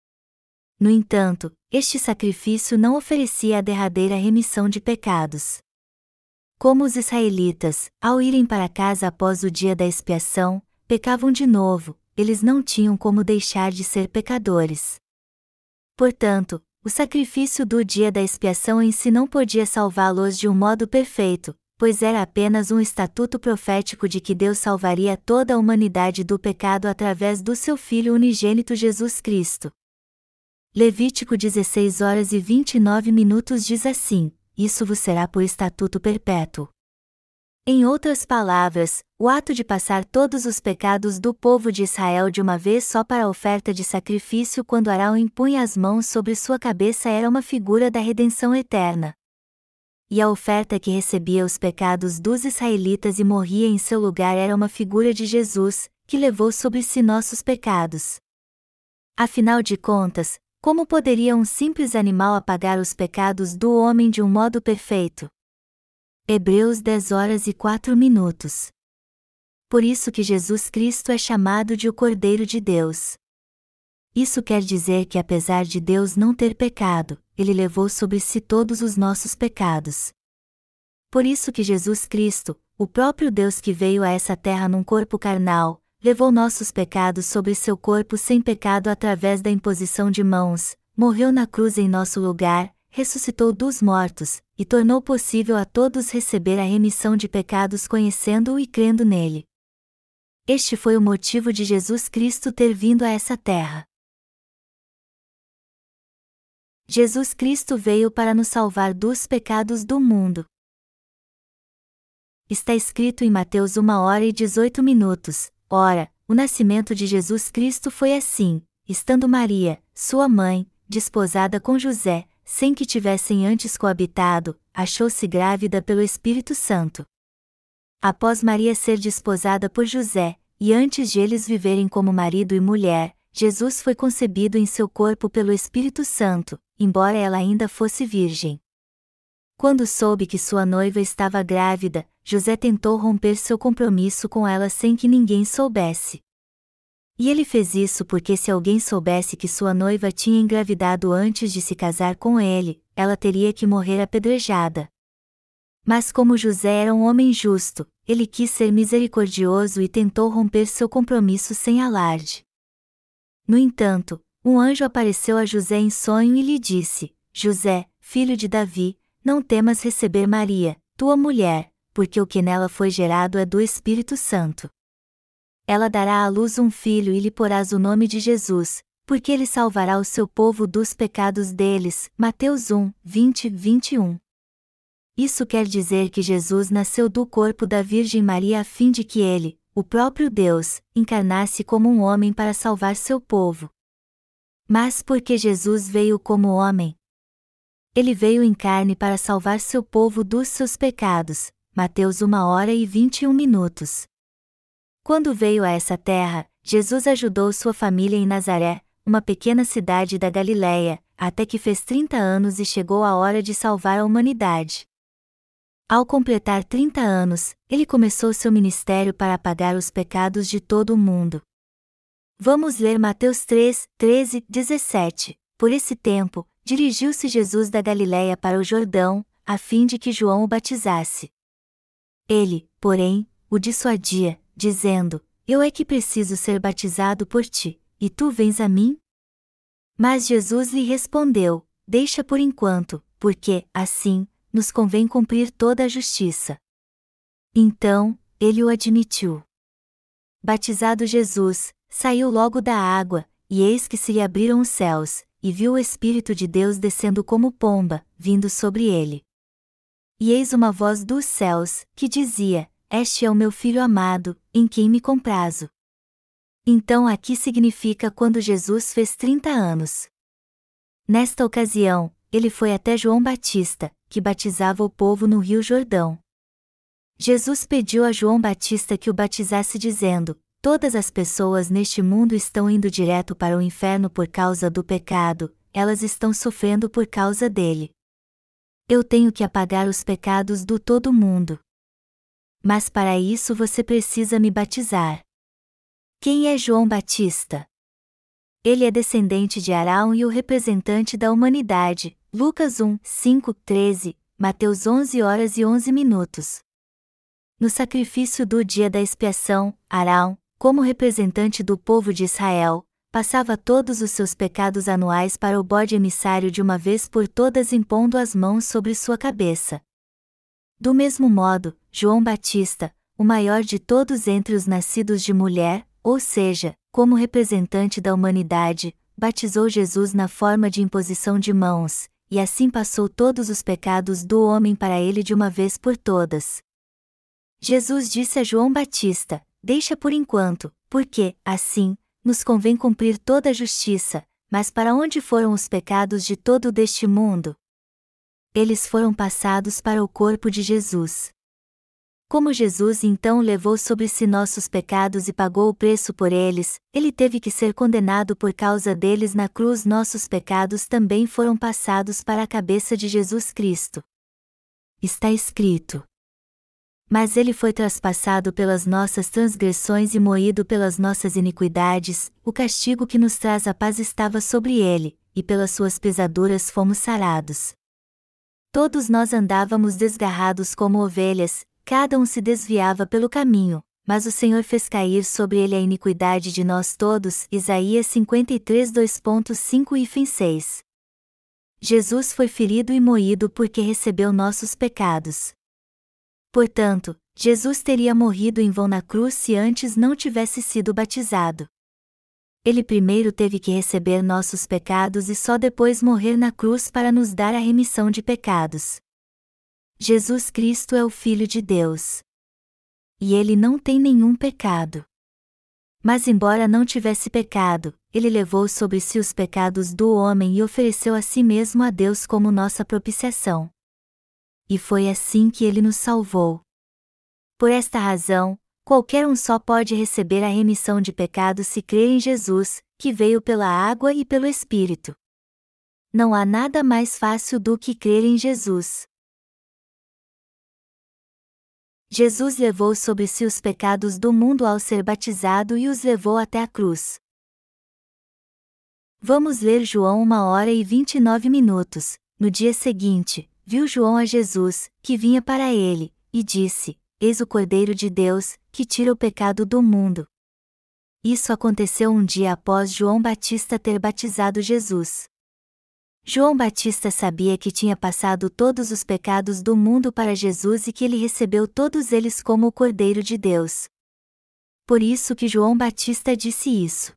No entanto, este sacrifício não oferecia a derradeira remissão de pecados. Como os israelitas, ao irem para casa após o dia da expiação, pecavam de novo, eles não tinham como deixar de ser pecadores. Portanto, o sacrifício do dia da expiação em si não podia salvá-los de um modo perfeito, pois era apenas um estatuto profético de que Deus salvaria toda a humanidade do pecado através do seu Filho unigênito Jesus Cristo. Levítico dezesseis horas e vinte e nove minutos diz assim: isso vos será por estatuto perpétuo. Em outras palavras, o ato de passar todos os pecados do povo de Israel de uma vez só para a oferta de sacrifício quando Arão impunha as mãos sobre sua cabeça era uma figura da redenção eterna. E a oferta que recebia os pecados dos israelitas e morria em seu lugar era uma figura de Jesus, que levou sobre si nossos pecados. Afinal de contas, como poderia um simples animal apagar os pecados do homem de um modo perfeito? Hebreus dez horas e quatro minutos. Por isso que Jesus Cristo é chamado de o Cordeiro de Deus. Isso quer dizer que apesar de Deus não ter pecado, Ele levou sobre si todos os nossos pecados. Por isso que Jesus Cristo, o próprio Deus que veio a essa terra num corpo carnal, levou nossos pecados sobre seu corpo sem pecado através da imposição de mãos, morreu na cruz em nosso lugar, ressuscitou dos mortos, e tornou possível a todos receber a remissão de pecados conhecendo-o e crendo nele. Este foi o motivo de Jesus Cristo ter vindo a essa terra. Jesus Cristo veio para nos salvar dos pecados do mundo. Está escrito em Mateus uma hora e dezoito minutos. Ora, o nascimento de Jesus Cristo foi assim, estando Maria, sua mãe, desposada com José, sem que tivessem antes coabitado, achou-se grávida pelo Espírito Santo. Após Maria ser desposada por José, e antes de eles viverem como marido e mulher, Jesus foi concebido em seu corpo pelo Espírito Santo, embora ela ainda fosse virgem. Quando soube que sua noiva estava grávida, José tentou romper seu compromisso com ela sem que ninguém soubesse. E ele fez isso porque se alguém soubesse que sua noiva tinha engravidado antes de se casar com ele, ela teria que morrer apedrejada. Mas como José era um homem justo, ele quis ser misericordioso e tentou romper seu compromisso sem alarde. No entanto, um anjo apareceu a José em sonho e lhe disse: José, filho de Davi, não temas receber Maria, tua mulher, porque o que nela foi gerado é do Espírito Santo. Ela dará à luz um filho e lhe porás o nome de Jesus, porque ele salvará o seu povo dos pecados deles. Mateus um, vinte, vinte e um. Isso quer dizer que Jesus nasceu do corpo da Virgem Maria a fim de que ele, o próprio Deus, encarnasse como um homem para salvar seu povo. Mas por que Jesus veio como homem? Ele veio em carne para salvar seu povo dos seus pecados. Mateus uma hora e vinte e um minutos. Quando veio a essa terra, Jesus ajudou sua família em Nazaré, uma pequena cidade da Galiléia, até que fez trinta anos e chegou a hora de salvar a humanidade. Ao completar trinta anos, ele começou seu ministério para apagar os pecados de todo o mundo. Vamos ler Mateus três, treze, dezessete. Por esse tempo, dirigiu-se Jesus da Galiléia para o Jordão, a fim de que João o batizasse. Ele, porém, o dissuadia, dizendo: Eu é que preciso ser batizado por ti, e tu vens a mim? Mas Jesus lhe respondeu: Deixa por enquanto, porque, assim, nos convém cumprir toda a justiça. Então, ele o admitiu. Batizado Jesus, saiu logo da água, e eis que se lhe abriram os céus, e viu o Espírito de Deus descendo como pomba, vindo sobre ele. E eis uma voz dos céus, que dizia: Este é o meu Filho amado, em quem me comprazo. Então aqui significa quando Jesus fez trinta anos. Nesta ocasião, ele foi até João Batista, que batizava o povo no Rio Jordão. Jesus pediu a João Batista que o batizasse dizendo: Todas as pessoas neste mundo estão indo direto para o inferno por causa do pecado, elas estão sofrendo por causa dele. Eu tenho que apagar os pecados do todo mundo. Mas para isso você precisa me batizar. Quem é João Batista? Ele é descendente de Arão e o representante da humanidade. Lucas um, cinco, treze, Mateus onze horas e onze minutos. No sacrifício do dia da expiação, Arão, como representante do povo de Israel, passava todos os seus pecados anuais para o bode emissário de uma vez por todas, impondo as mãos sobre sua cabeça. Do mesmo modo, João Batista, o maior de todos entre os nascidos de mulher, ou seja, como representante da humanidade, batizou Jesus na forma de imposição de mãos, e assim passou todos os pecados do homem para ele de uma vez por todas. Jesus disse a João Batista: "Deixa por enquanto, porque, assim, nos convém cumprir toda a justiça." Mas para onde foram os pecados de todo deste mundo? Eles foram passados para o corpo de Jesus. Como Jesus então levou sobre si nossos pecados e pagou o preço por eles, ele teve que ser condenado por causa deles na cruz. Nossos pecados também foram passados para a cabeça de Jesus Cristo. Está escrito: "Mas ele foi traspassado pelas nossas transgressões e moído pelas nossas iniquidades, o castigo que nos traz a paz estava sobre ele, e pelas suas pisaduras fomos sarados." Todos nós andávamos desgarrados como ovelhas, cada um se desviava pelo caminho, mas o Senhor fez cair sobre ele a iniquidade de nós todos. Isaías cinquenta e três, dois ponto cinco e seis. Jesus foi ferido e moído porque recebeu nossos pecados. Portanto, Jesus teria morrido em vão na cruz se antes não tivesse sido batizado. Ele primeiro teve que receber nossos pecados e só depois morrer na cruz para nos dar a remissão de pecados. Jesus Cristo é o Filho de Deus. E ele não tem nenhum pecado. Mas embora não tivesse pecado, ele levou sobre si os pecados do homem e ofereceu a si mesmo a Deus como nossa propiciação. E foi assim que ele nos salvou. Por esta razão, qualquer um só pode receber a remissão de pecados se crer em Jesus, que veio pela água e pelo Espírito. Não há nada mais fácil do que crer em Jesus. Jesus levou sobre si os pecados do mundo ao ser batizado e os levou até a cruz. Vamos ler João uma hora e vinte e nove minutos. No dia seguinte, viu João a Jesus, que vinha para ele, e disse: "Eis o Cordeiro de Deus, que tira o pecado do mundo." Isso aconteceu um dia após João Batista ter batizado Jesus. João Batista sabia que tinha passado todos os pecados do mundo para Jesus e que ele recebeu todos eles como o Cordeiro de Deus. Por isso que João Batista disse isso.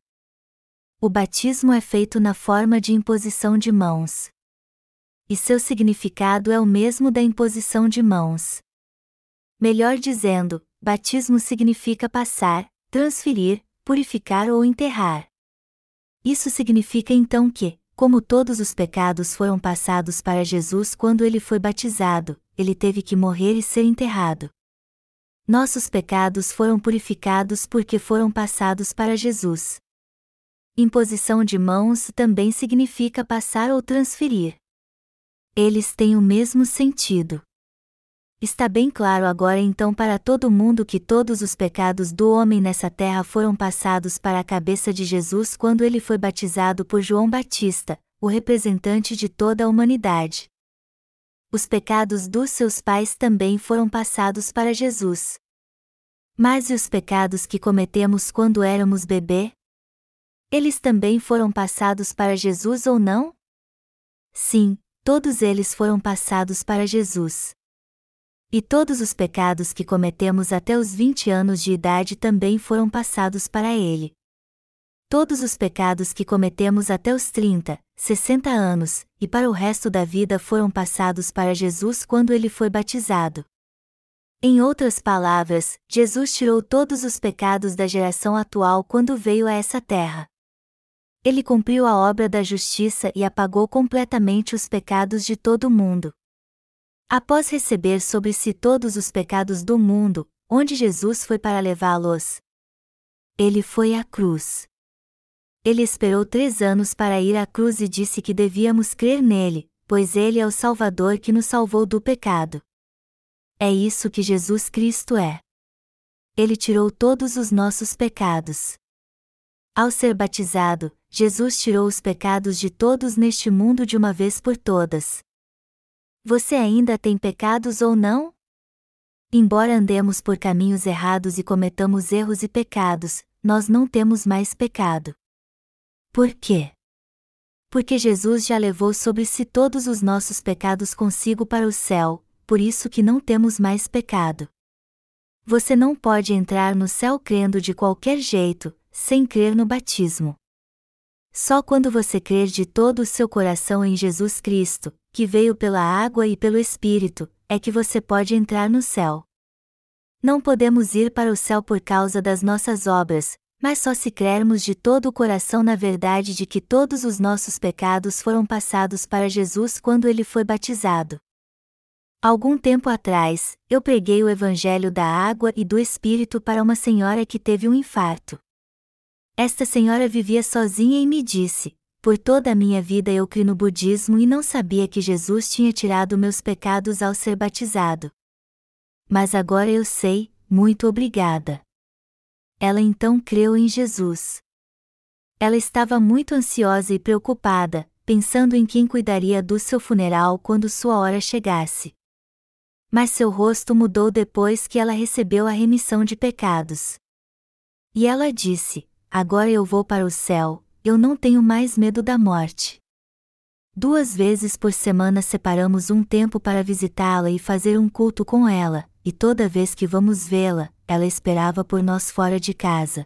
O batismo é feito na forma de imposição de mãos. E seu significado é o mesmo da imposição de mãos. Melhor dizendo, batismo significa passar, transferir, purificar ou enterrar. Isso significa então que, como todos os pecados foram passados para Jesus quando ele foi batizado, ele teve que morrer e ser enterrado. Nossos pecados foram purificados porque foram passados para Jesus. Imposição de mãos também significa passar ou transferir. Eles têm o mesmo sentido. Está bem claro agora então para todo mundo que todos os pecados do homem nessa terra foram passados para a cabeça de Jesus quando ele foi batizado por João Batista, o representante de toda a humanidade. Os pecados dos seus pais também foram passados para Jesus. Mas e os pecados que cometemos quando éramos bebê? Eles também foram passados para Jesus ou não? Sim, todos eles foram passados para Jesus. E todos os pecados que cometemos até os vinte anos de idade também foram passados para ele. Todos os pecados que cometemos até os trinta, sessenta anos, e para o resto da vida foram passados para Jesus quando ele foi batizado. Em outras palavras, Jesus tirou todos os pecados da geração atual quando veio a essa terra. Ele cumpriu a obra da justiça e apagou completamente os pecados de todo o mundo. Após receber sobre si todos os pecados do mundo, onde Jesus foi para levá-los? Ele foi à cruz. Ele esperou três anos para ir à cruz e disse que devíamos crer nele, pois ele é o Salvador que nos salvou do pecado. É isso que Jesus Cristo é. Ele tirou todos os nossos pecados. Ao ser batizado, Jesus tirou os pecados de todos neste mundo de uma vez por todas. Você ainda tem pecados ou não? Embora andemos por caminhos errados e cometamos erros e pecados, nós não temos mais pecado. Por quê? Porque Jesus já levou sobre si todos os nossos pecados consigo para o céu, por isso que não temos mais pecado. Você não pode entrar no céu crendo de qualquer jeito, sem crer no batismo. Só quando você crer de todo o seu coração em Jesus Cristo, que veio pela água e pelo Espírito, é que você pode entrar no céu. Não podemos ir para o céu por causa das nossas obras, mas só se crermos de todo o coração na verdade de que todos os nossos pecados foram passados para Jesus quando ele foi batizado. Algum tempo atrás, eu preguei o Evangelho da Água e do Espírito para uma senhora que teve um infarto. Esta senhora vivia sozinha e me disse: por toda a minha vida eu criei no budismo e não sabia que Jesus tinha tirado meus pecados ao ser batizado. Mas agora eu sei, muito obrigada. Ela então creu em Jesus. Ela estava muito ansiosa e preocupada, pensando em quem cuidaria do seu funeral quando sua hora chegasse. Mas seu rosto mudou depois que ela recebeu a remissão de pecados. E ela disse: agora eu vou para o céu, eu não tenho mais medo da morte. Duas vezes por semana separamos um tempo para visitá-la e fazer um culto com ela, e toda vez que vamos vê-la, ela esperava por nós fora de casa.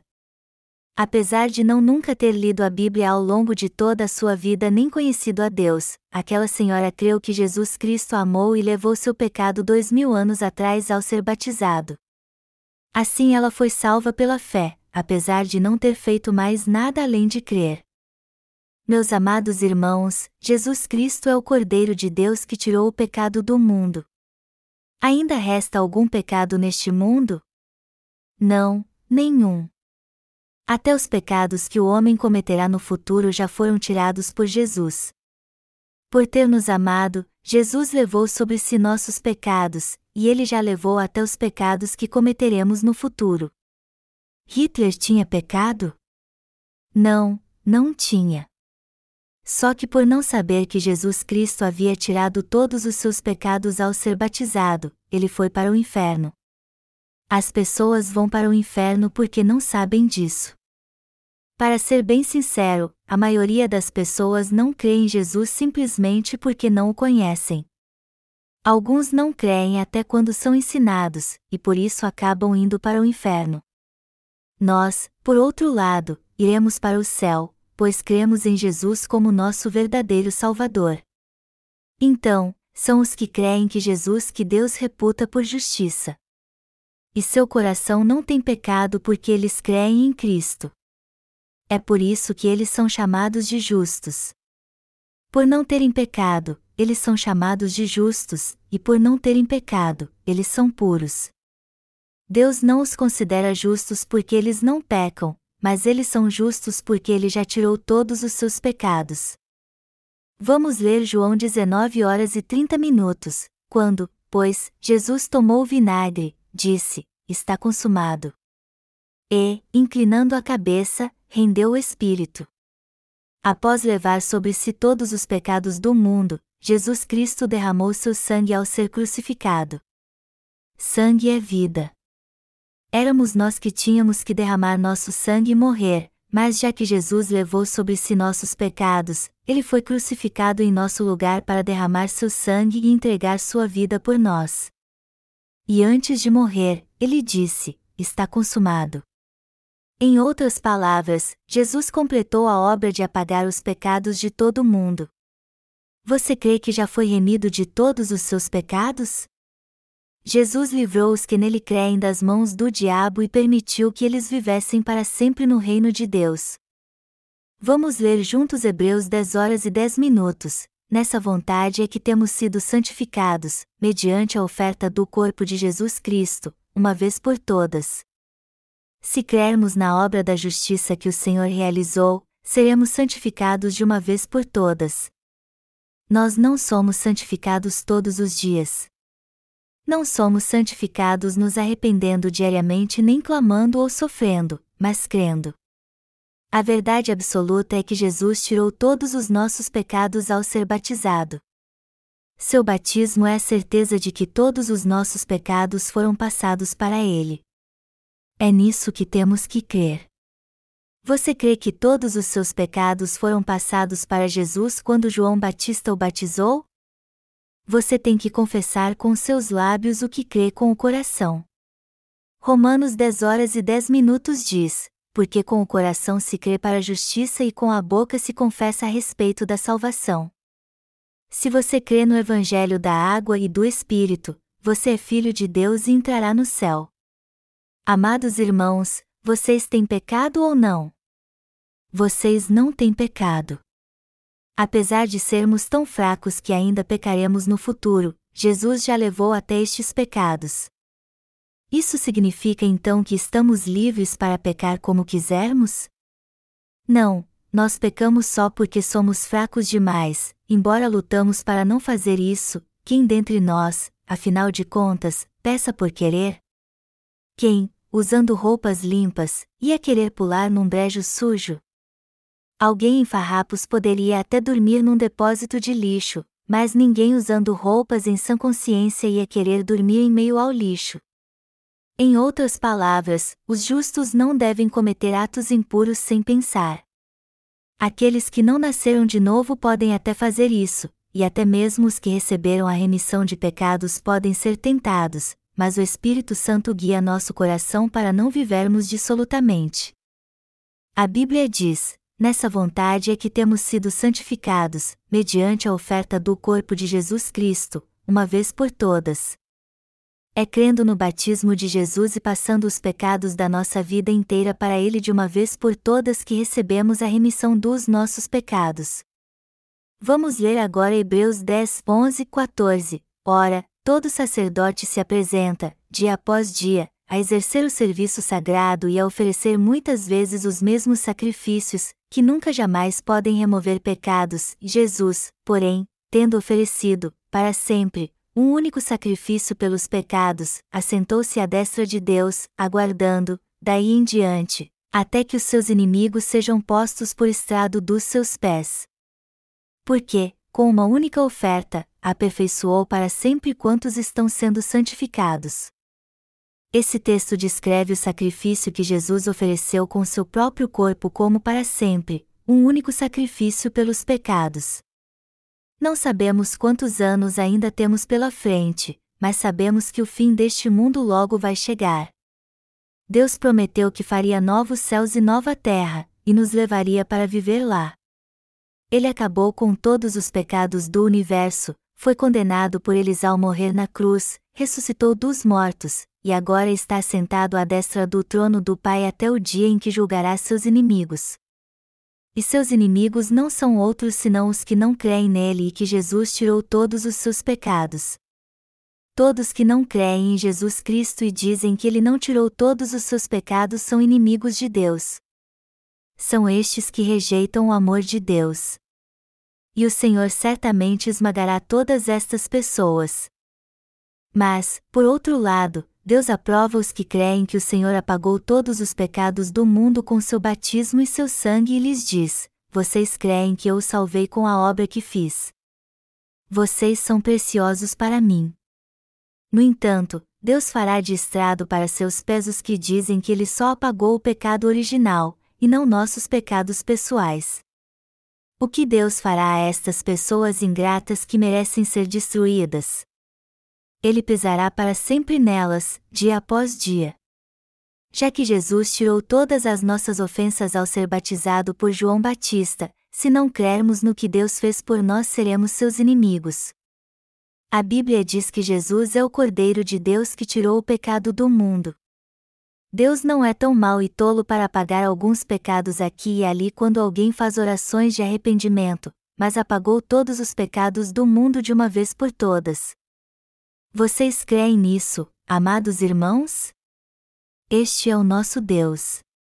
Apesar de não nunca ter lido a Bíblia ao longo de toda a sua vida nem conhecido a Deus, aquela senhora creu que Jesus Cristo a amou e levou seu pecado dois mil anos atrás ao ser batizado. Assim ela foi salva pela fé, apesar de não ter feito mais nada além de crer. Meus amados irmãos, Jesus Cristo é o Cordeiro de Deus que tirou o pecado do mundo. Ainda resta algum pecado neste mundo? Não, nenhum. Até os pecados que o homem cometerá no futuro já foram tirados por Jesus. Por ter nos amado, Jesus levou sobre si nossos pecados, e ele já levou até os pecados que cometeremos no futuro. Hitler tinha pecado? Não, não tinha. Só que por não saber que Jesus Cristo havia tirado todos os seus pecados ao ser batizado, ele foi para o inferno. As pessoas vão para o inferno porque não sabem disso. Para ser bem sincero, a maioria das pessoas não crê em Jesus simplesmente porque não o conhecem. Alguns não creem até quando são ensinados, e por isso acabam indo para o inferno. Nós, por outro lado, iremos para o céu, pois cremos em Jesus como nosso verdadeiro Salvador. Então, são os que creem que Jesus que Deus reputa por justiça. E seu coração não tem pecado porque eles creem em Cristo. É por isso que eles são chamados de justos. Por não terem pecado, eles são chamados de justos, e por não terem pecado, eles são puros. Deus não os considera justos porque eles não pecam, mas eles são justos porque ele já tirou todos os seus pecados. Vamos ler João dezenove horas e trinta minutos, quando, pois, Jesus tomou o vinagre, disse: está consumado. E, inclinando a cabeça, rendeu o espírito. Após levar sobre si todos os pecados do mundo, Jesus Cristo derramou seu sangue ao ser crucificado. Sangue é vida. Éramos nós que tínhamos que derramar nosso sangue e morrer, mas já que Jesus levou sobre si nossos pecados, ele foi crucificado em nosso lugar para derramar seu sangue e entregar sua vida por nós. E antes de morrer, ele disse: está consumado. Em outras palavras, Jesus completou a obra de apagar os pecados de todo o mundo. Você crê que já foi remido de todos os seus pecados? Jesus livrou os que nele creem das mãos do diabo e permitiu que eles vivessem para sempre no reino de Deus. Vamos ler juntos Hebreus dez horas e dez minutos. Nessa vontade é que temos sido santificados, mediante a oferta do corpo de Jesus Cristo, uma vez por todas. Se crermos na obra da justiça que o Senhor realizou, seremos santificados de uma vez por todas. Nós não somos santificados todos os dias. Não somos santificados nos arrependendo diariamente nem clamando ou sofrendo, mas crendo. A verdade absoluta é que Jesus tirou todos os nossos pecados ao ser batizado. Seu batismo é a certeza de que todos os nossos pecados foram passados para Ele. É nisso que temos que crer. Você crê que todos os seus pecados foram passados para Jesus quando João Batista o batizou? Você tem que confessar com seus lábios o que crê com o coração. Romanos dez horas e dez minutos diz: porque com o coração se crê para a justiça e com a boca se confessa a respeito da salvação. Se você crê no Evangelho da água e do Espírito, você é filho de Deus e entrará no céu. Amados irmãos, vocês têm pecado ou não? Vocês não têm pecado. Apesar de sermos tão fracos que ainda pecaremos no futuro, Jesus já levou até estes pecados. Isso significa então que estamos livres para pecar como quisermos? Não, nós pecamos só porque somos fracos demais, embora lutamos para não fazer isso. Quem dentre nós, afinal de contas, peça por querer? Quem, usando roupas limpas, ia querer pular num brejo sujo? Alguém em farrapos poderia até dormir num depósito de lixo, mas ninguém usando roupas em sã consciência ia querer dormir em meio ao lixo. Em outras palavras, os justos não devem cometer atos impuros sem pensar. Aqueles que não nasceram de novo podem até fazer isso, e até mesmo os que receberam a remissão de pecados podem ser tentados, mas o Espírito Santo guia nosso coração para não vivermos dissolutamente. A Bíblia diz: nessa vontade é que temos sido santificados, mediante a oferta do corpo de Jesus Cristo, uma vez por todas. É crendo no batismo de Jesus e passando os pecados da nossa vida inteira para Ele de uma vez por todas que recebemos a remissão dos nossos pecados. Vamos ler agora Hebreus dez, onze, quatorze. Ora, todo sacerdote se apresenta, dia após dia, a exercer o serviço sagrado e a oferecer muitas vezes os mesmos sacrifícios, que nunca jamais podem remover pecados. Jesus, porém, tendo oferecido, para sempre, um único sacrifício pelos pecados, assentou-se à destra de Deus, aguardando, daí em diante, até que os seus inimigos sejam postos por estrado dos seus pés. Porque, com uma única oferta, aperfeiçoou para sempre quantos estão sendo santificados. Esse texto descreve o sacrifício que Jesus ofereceu com seu próprio corpo como para sempre, um único sacrifício pelos pecados. Não sabemos quantos anos ainda temos pela frente, mas sabemos que o fim deste mundo logo vai chegar. Deus prometeu que faria novos céus e nova terra, e nos levaria para viver lá. Ele acabou com todos os pecados do universo, foi condenado por eles ao morrer na cruz, ressuscitou dos mortos, e agora está sentado à destra do trono do Pai até o dia em que julgará seus inimigos. E seus inimigos não são outros senão os que não creem nele e que Jesus tirou todos os seus pecados. Todos que não creem em Jesus Cristo e dizem que ele não tirou todos os seus pecados são inimigos de Deus. São estes que rejeitam o amor de Deus. E o Senhor certamente esmagará todas estas pessoas. Mas, por outro lado, Deus aprova os que creem que o Senhor apagou todos os pecados do mundo com seu batismo e seu sangue e lhes diz: vocês creem que eu os salvei com a obra que fiz. Vocês são preciosos para mim. No entanto, Deus fará de estrado para seus pés os que dizem que ele só apagou o pecado original, e não nossos pecados pessoais. O que Deus fará a estas pessoas ingratas que merecem ser destruídas? Ele pesará para sempre nelas, dia após dia. Já que Jesus tirou todas as nossas ofensas ao ser batizado por João Batista, se não crermos no que Deus fez por nós seremos seus inimigos. A Bíblia diz que Jesus é o Cordeiro de Deus que tirou o pecado do mundo. Deus não é tão mau e tolo para apagar alguns pecados aqui e ali quando alguém faz orações de arrependimento, mas apagou todos os pecados do mundo de uma vez por todas. Vocês creem nisso, amados irmãos? Este é o nosso Deus.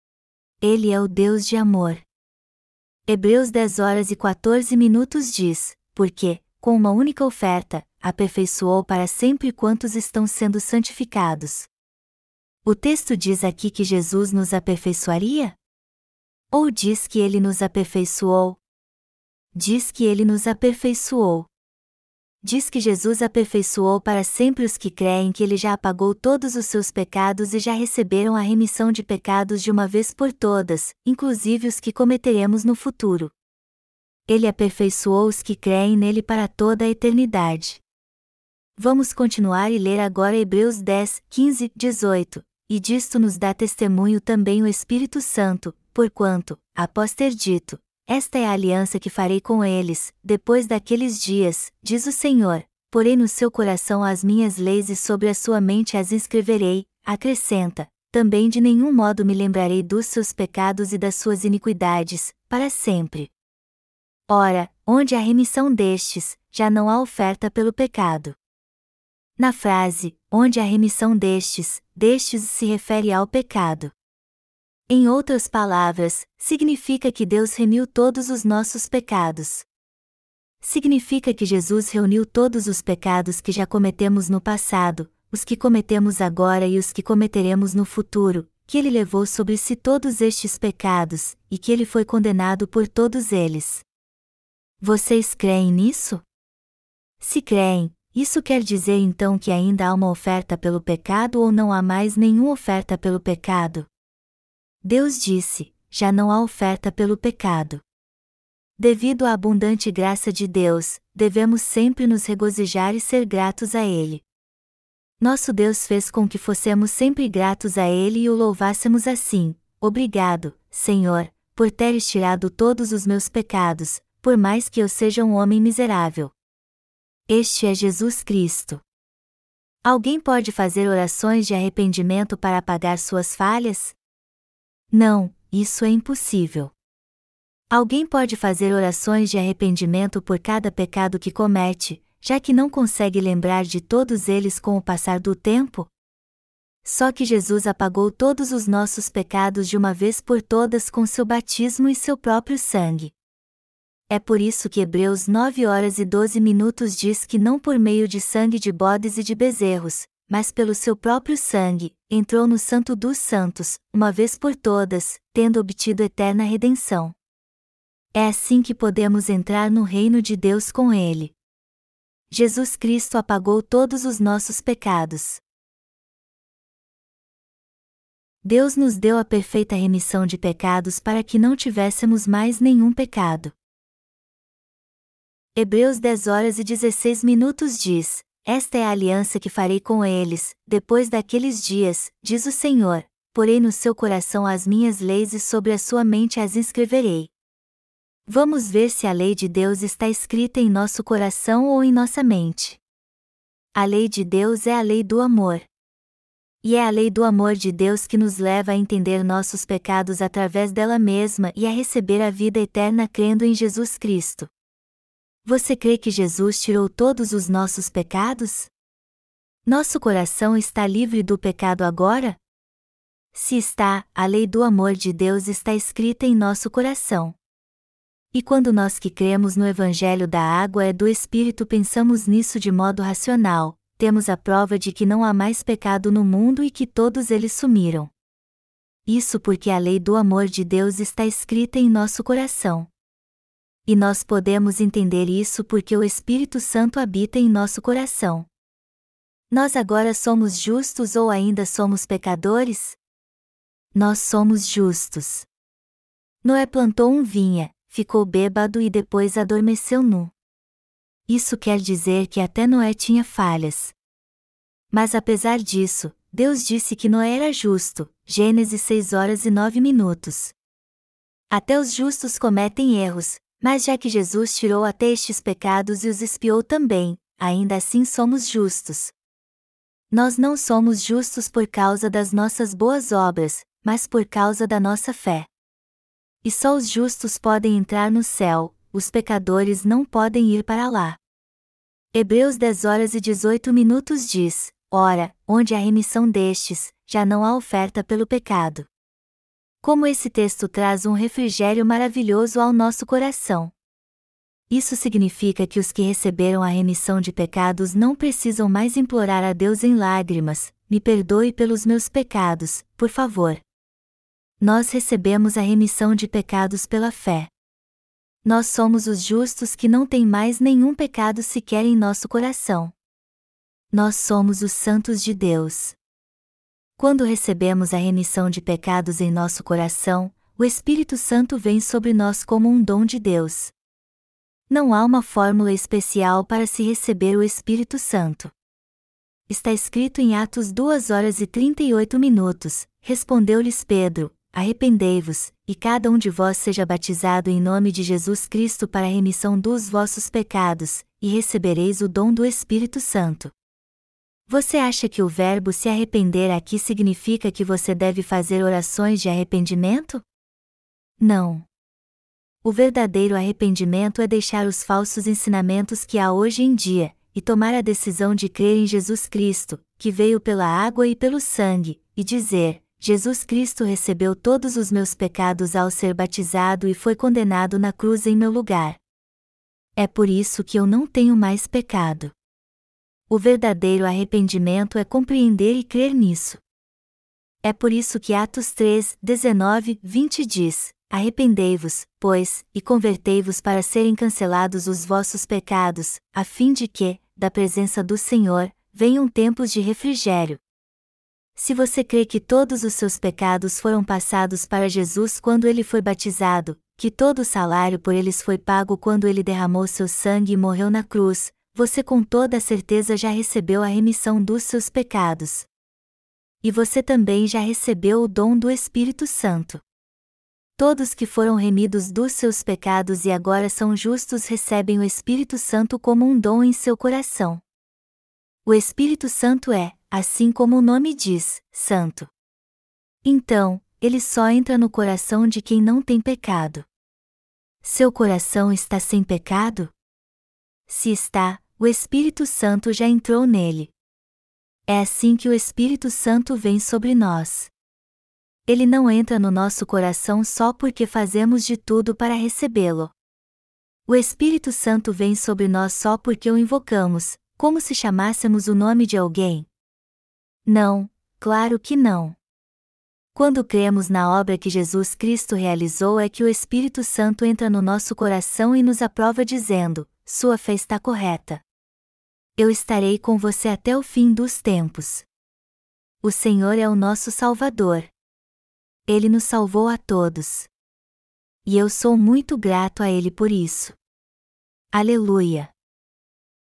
Ele é o Deus de amor. Hebreus dez horas e quatorze minutos diz: porque, com uma única oferta, aperfeiçoou para sempre quantos estão sendo santificados. O texto diz aqui que Jesus nos aperfeiçoaria? Ou diz que ele nos aperfeiçoou? Diz que ele nos aperfeiçoou. Diz que Jesus aperfeiçoou para sempre os que creem que ele já apagou todos os seus pecados e já receberam a remissão de pecados de uma vez por todas, inclusive os que cometeremos no futuro. Ele aperfeiçoou os que creem nele para toda a eternidade. Vamos continuar e ler agora Hebreus dez, quinze, dezoito, e disto nos dá testemunho também o Espírito Santo, porquanto, após ter dito, esta é a aliança que farei com eles, depois daqueles dias, diz o Senhor, porei no seu coração as minhas leis e sobre a sua mente as inscreverei, acrescenta, também de nenhum modo me lembrarei dos seus pecados e das suas iniquidades, para sempre. Ora, onde há remissão destes, já não há oferta pelo pecado. Na frase, onde há remissão destes, destes se refere ao pecado. Em outras palavras, significa que Deus remiu todos os nossos pecados. Significa que Jesus reuniu todos os pecados que já cometemos no passado, os que cometemos agora e os que cometeremos no futuro, que ele levou sobre si todos estes pecados, e que ele foi condenado por todos eles. Vocês creem nisso? Se creem, isso quer dizer então que ainda há uma oferta pelo pecado ou não há mais nenhuma oferta pelo pecado? Deus disse, já não há oferta pelo pecado. Devido à abundante graça de Deus, devemos sempre nos regozijar e ser gratos a Ele. Nosso Deus fez com que fossemos sempre gratos a Ele e o louvássemos assim: obrigado, Senhor, por teres tirado todos os meus pecados, por mais que eu seja um homem miserável. Este é Jesus Cristo. Alguém pode fazer orações de arrependimento para apagar suas falhas? Não, isso é impossível. Alguém pode fazer orações de arrependimento por cada pecado que comete, já que não consegue lembrar de todos eles com o passar do tempo? Só que Jesus apagou todos os nossos pecados de uma vez por todas com seu batismo e seu próprio sangue. É por isso que Hebreus nove horas e doze minutos diz que não por meio de sangue de bodes e de bezerros, mas pelo seu próprio sangue, entrou no Santo dos Santos, uma vez por todas, tendo obtido eterna redenção. É assim que podemos entrar no reino de Deus com Ele. Jesus Cristo apagou todos os nossos pecados. Deus nos deu a perfeita remissão de pecados para que não tivéssemos mais nenhum pecado. Hebreus dez horas e dezesseis minutos diz: esta é a aliança que farei com eles, depois daqueles dias, diz o Senhor, porei no seu coração as minhas leis e sobre a sua mente as inscreverei. Vamos ver se a lei de Deus está escrita em nosso coração ou em nossa mente. A lei de Deus é a lei do amor. E é a lei do amor de Deus que nos leva a entender nossos pecados através dela mesma e a receber a vida eterna crendo em Jesus Cristo. Você crê que Jesus tirou todos os nossos pecados? Nosso coração está livre do pecado agora? Se está, a lei do amor de Deus está escrita em nosso coração. E quando nós que cremos no Evangelho da Água e do Espírito pensamos nisso de modo racional, temos a prova de que não há mais pecado no mundo e que todos eles sumiram. Isso porque a lei do amor de Deus está escrita em nosso coração. E nós podemos entender isso porque o Espírito Santo habita em nosso coração. Nós agora somos justos ou ainda somos pecadores? Nós somos justos. Noé plantou um vinha, ficou bêbado e depois adormeceu nu. Isso quer dizer que até Noé tinha falhas. Mas apesar disso, Deus disse que Noé era justo, Gênesis seis horas e nove minutos. Até os justos cometem erros, mas já que Jesus tirou até estes pecados e os expiou também, ainda assim somos justos. Nós não somos justos por causa das nossas boas obras, mas por causa da nossa fé. E só os justos podem entrar no céu, os pecadores não podem ir para lá. Hebreus dez horas e dezoito minutos diz: ora, onde há remissão destes, já não há oferta pelo pecado. Como esse texto traz um refrigério maravilhoso ao nosso coração. Isso significa que os que receberam a remissão de pecados não precisam mais implorar a Deus em lágrimas: me perdoe pelos meus pecados, por favor. Nós recebemos a remissão de pecados pela fé. Nós somos os justos que não têm mais nenhum pecado sequer em nosso coração. Nós somos os santos de Deus. Quando recebemos a remissão de pecados em nosso coração, o Espírito Santo vem sobre nós como um dom de Deus. Não há uma fórmula especial para se receber o Espírito Santo. Está escrito em Atos duas horas e trinta e oito minutos, respondeu-lhes Pedro, arrependei-vos, e cada um de vós seja batizado em nome de Jesus Cristo para a remissão dos vossos pecados, e recebereis o dom do Espírito Santo. Você acha que o verbo se arrepender aqui significa que você deve fazer orações de arrependimento? Não. O verdadeiro arrependimento é deixar os falsos ensinamentos que há hoje em dia, e tomar a decisão de crer em Jesus Cristo, que veio pela água e pelo sangue, e dizer: Jesus Cristo recebeu todos os meus pecados ao ser batizado e foi condenado na cruz em meu lugar. É por isso que eu não tenho mais pecado. O verdadeiro arrependimento é compreender e crer nisso. É por isso que Atos três, dezenove, vinte diz: Arrependei-vos, pois, e convertei-vos para serem cancelados os vossos pecados, a fim de que, da presença do Senhor, venham tempos de refrigério. Se você crê que todos os seus pecados foram passados para Jesus quando ele foi batizado, que todo o salário por eles foi pago quando ele derramou seu sangue e morreu na cruz, você com toda a certeza já recebeu a remissão dos seus pecados. E você também já recebeu o dom do Espírito Santo. Todos que foram remidos dos seus pecados e agora são justos recebem o Espírito Santo como um dom em seu coração. O Espírito Santo é, assim como o nome diz, santo. Então, ele só entra no coração de quem não tem pecado. Seu coração está sem pecado? Se está, o Espírito Santo já entrou nele. É assim que o Espírito Santo vem sobre nós. Ele não entra no nosso coração só porque fazemos de tudo para recebê-lo. O Espírito Santo vem sobre nós só porque o invocamos, como se chamássemos o nome de alguém. Não, claro que não. Quando cremos na obra que Jesus Cristo realizou é que o Espírito Santo entra no nosso coração e nos aprova dizendo: sua fé está correta. Eu estarei com você até o fim dos tempos. O Senhor é o nosso Salvador. Ele nos salvou a todos. E eu sou muito grato a Ele por isso. Aleluia!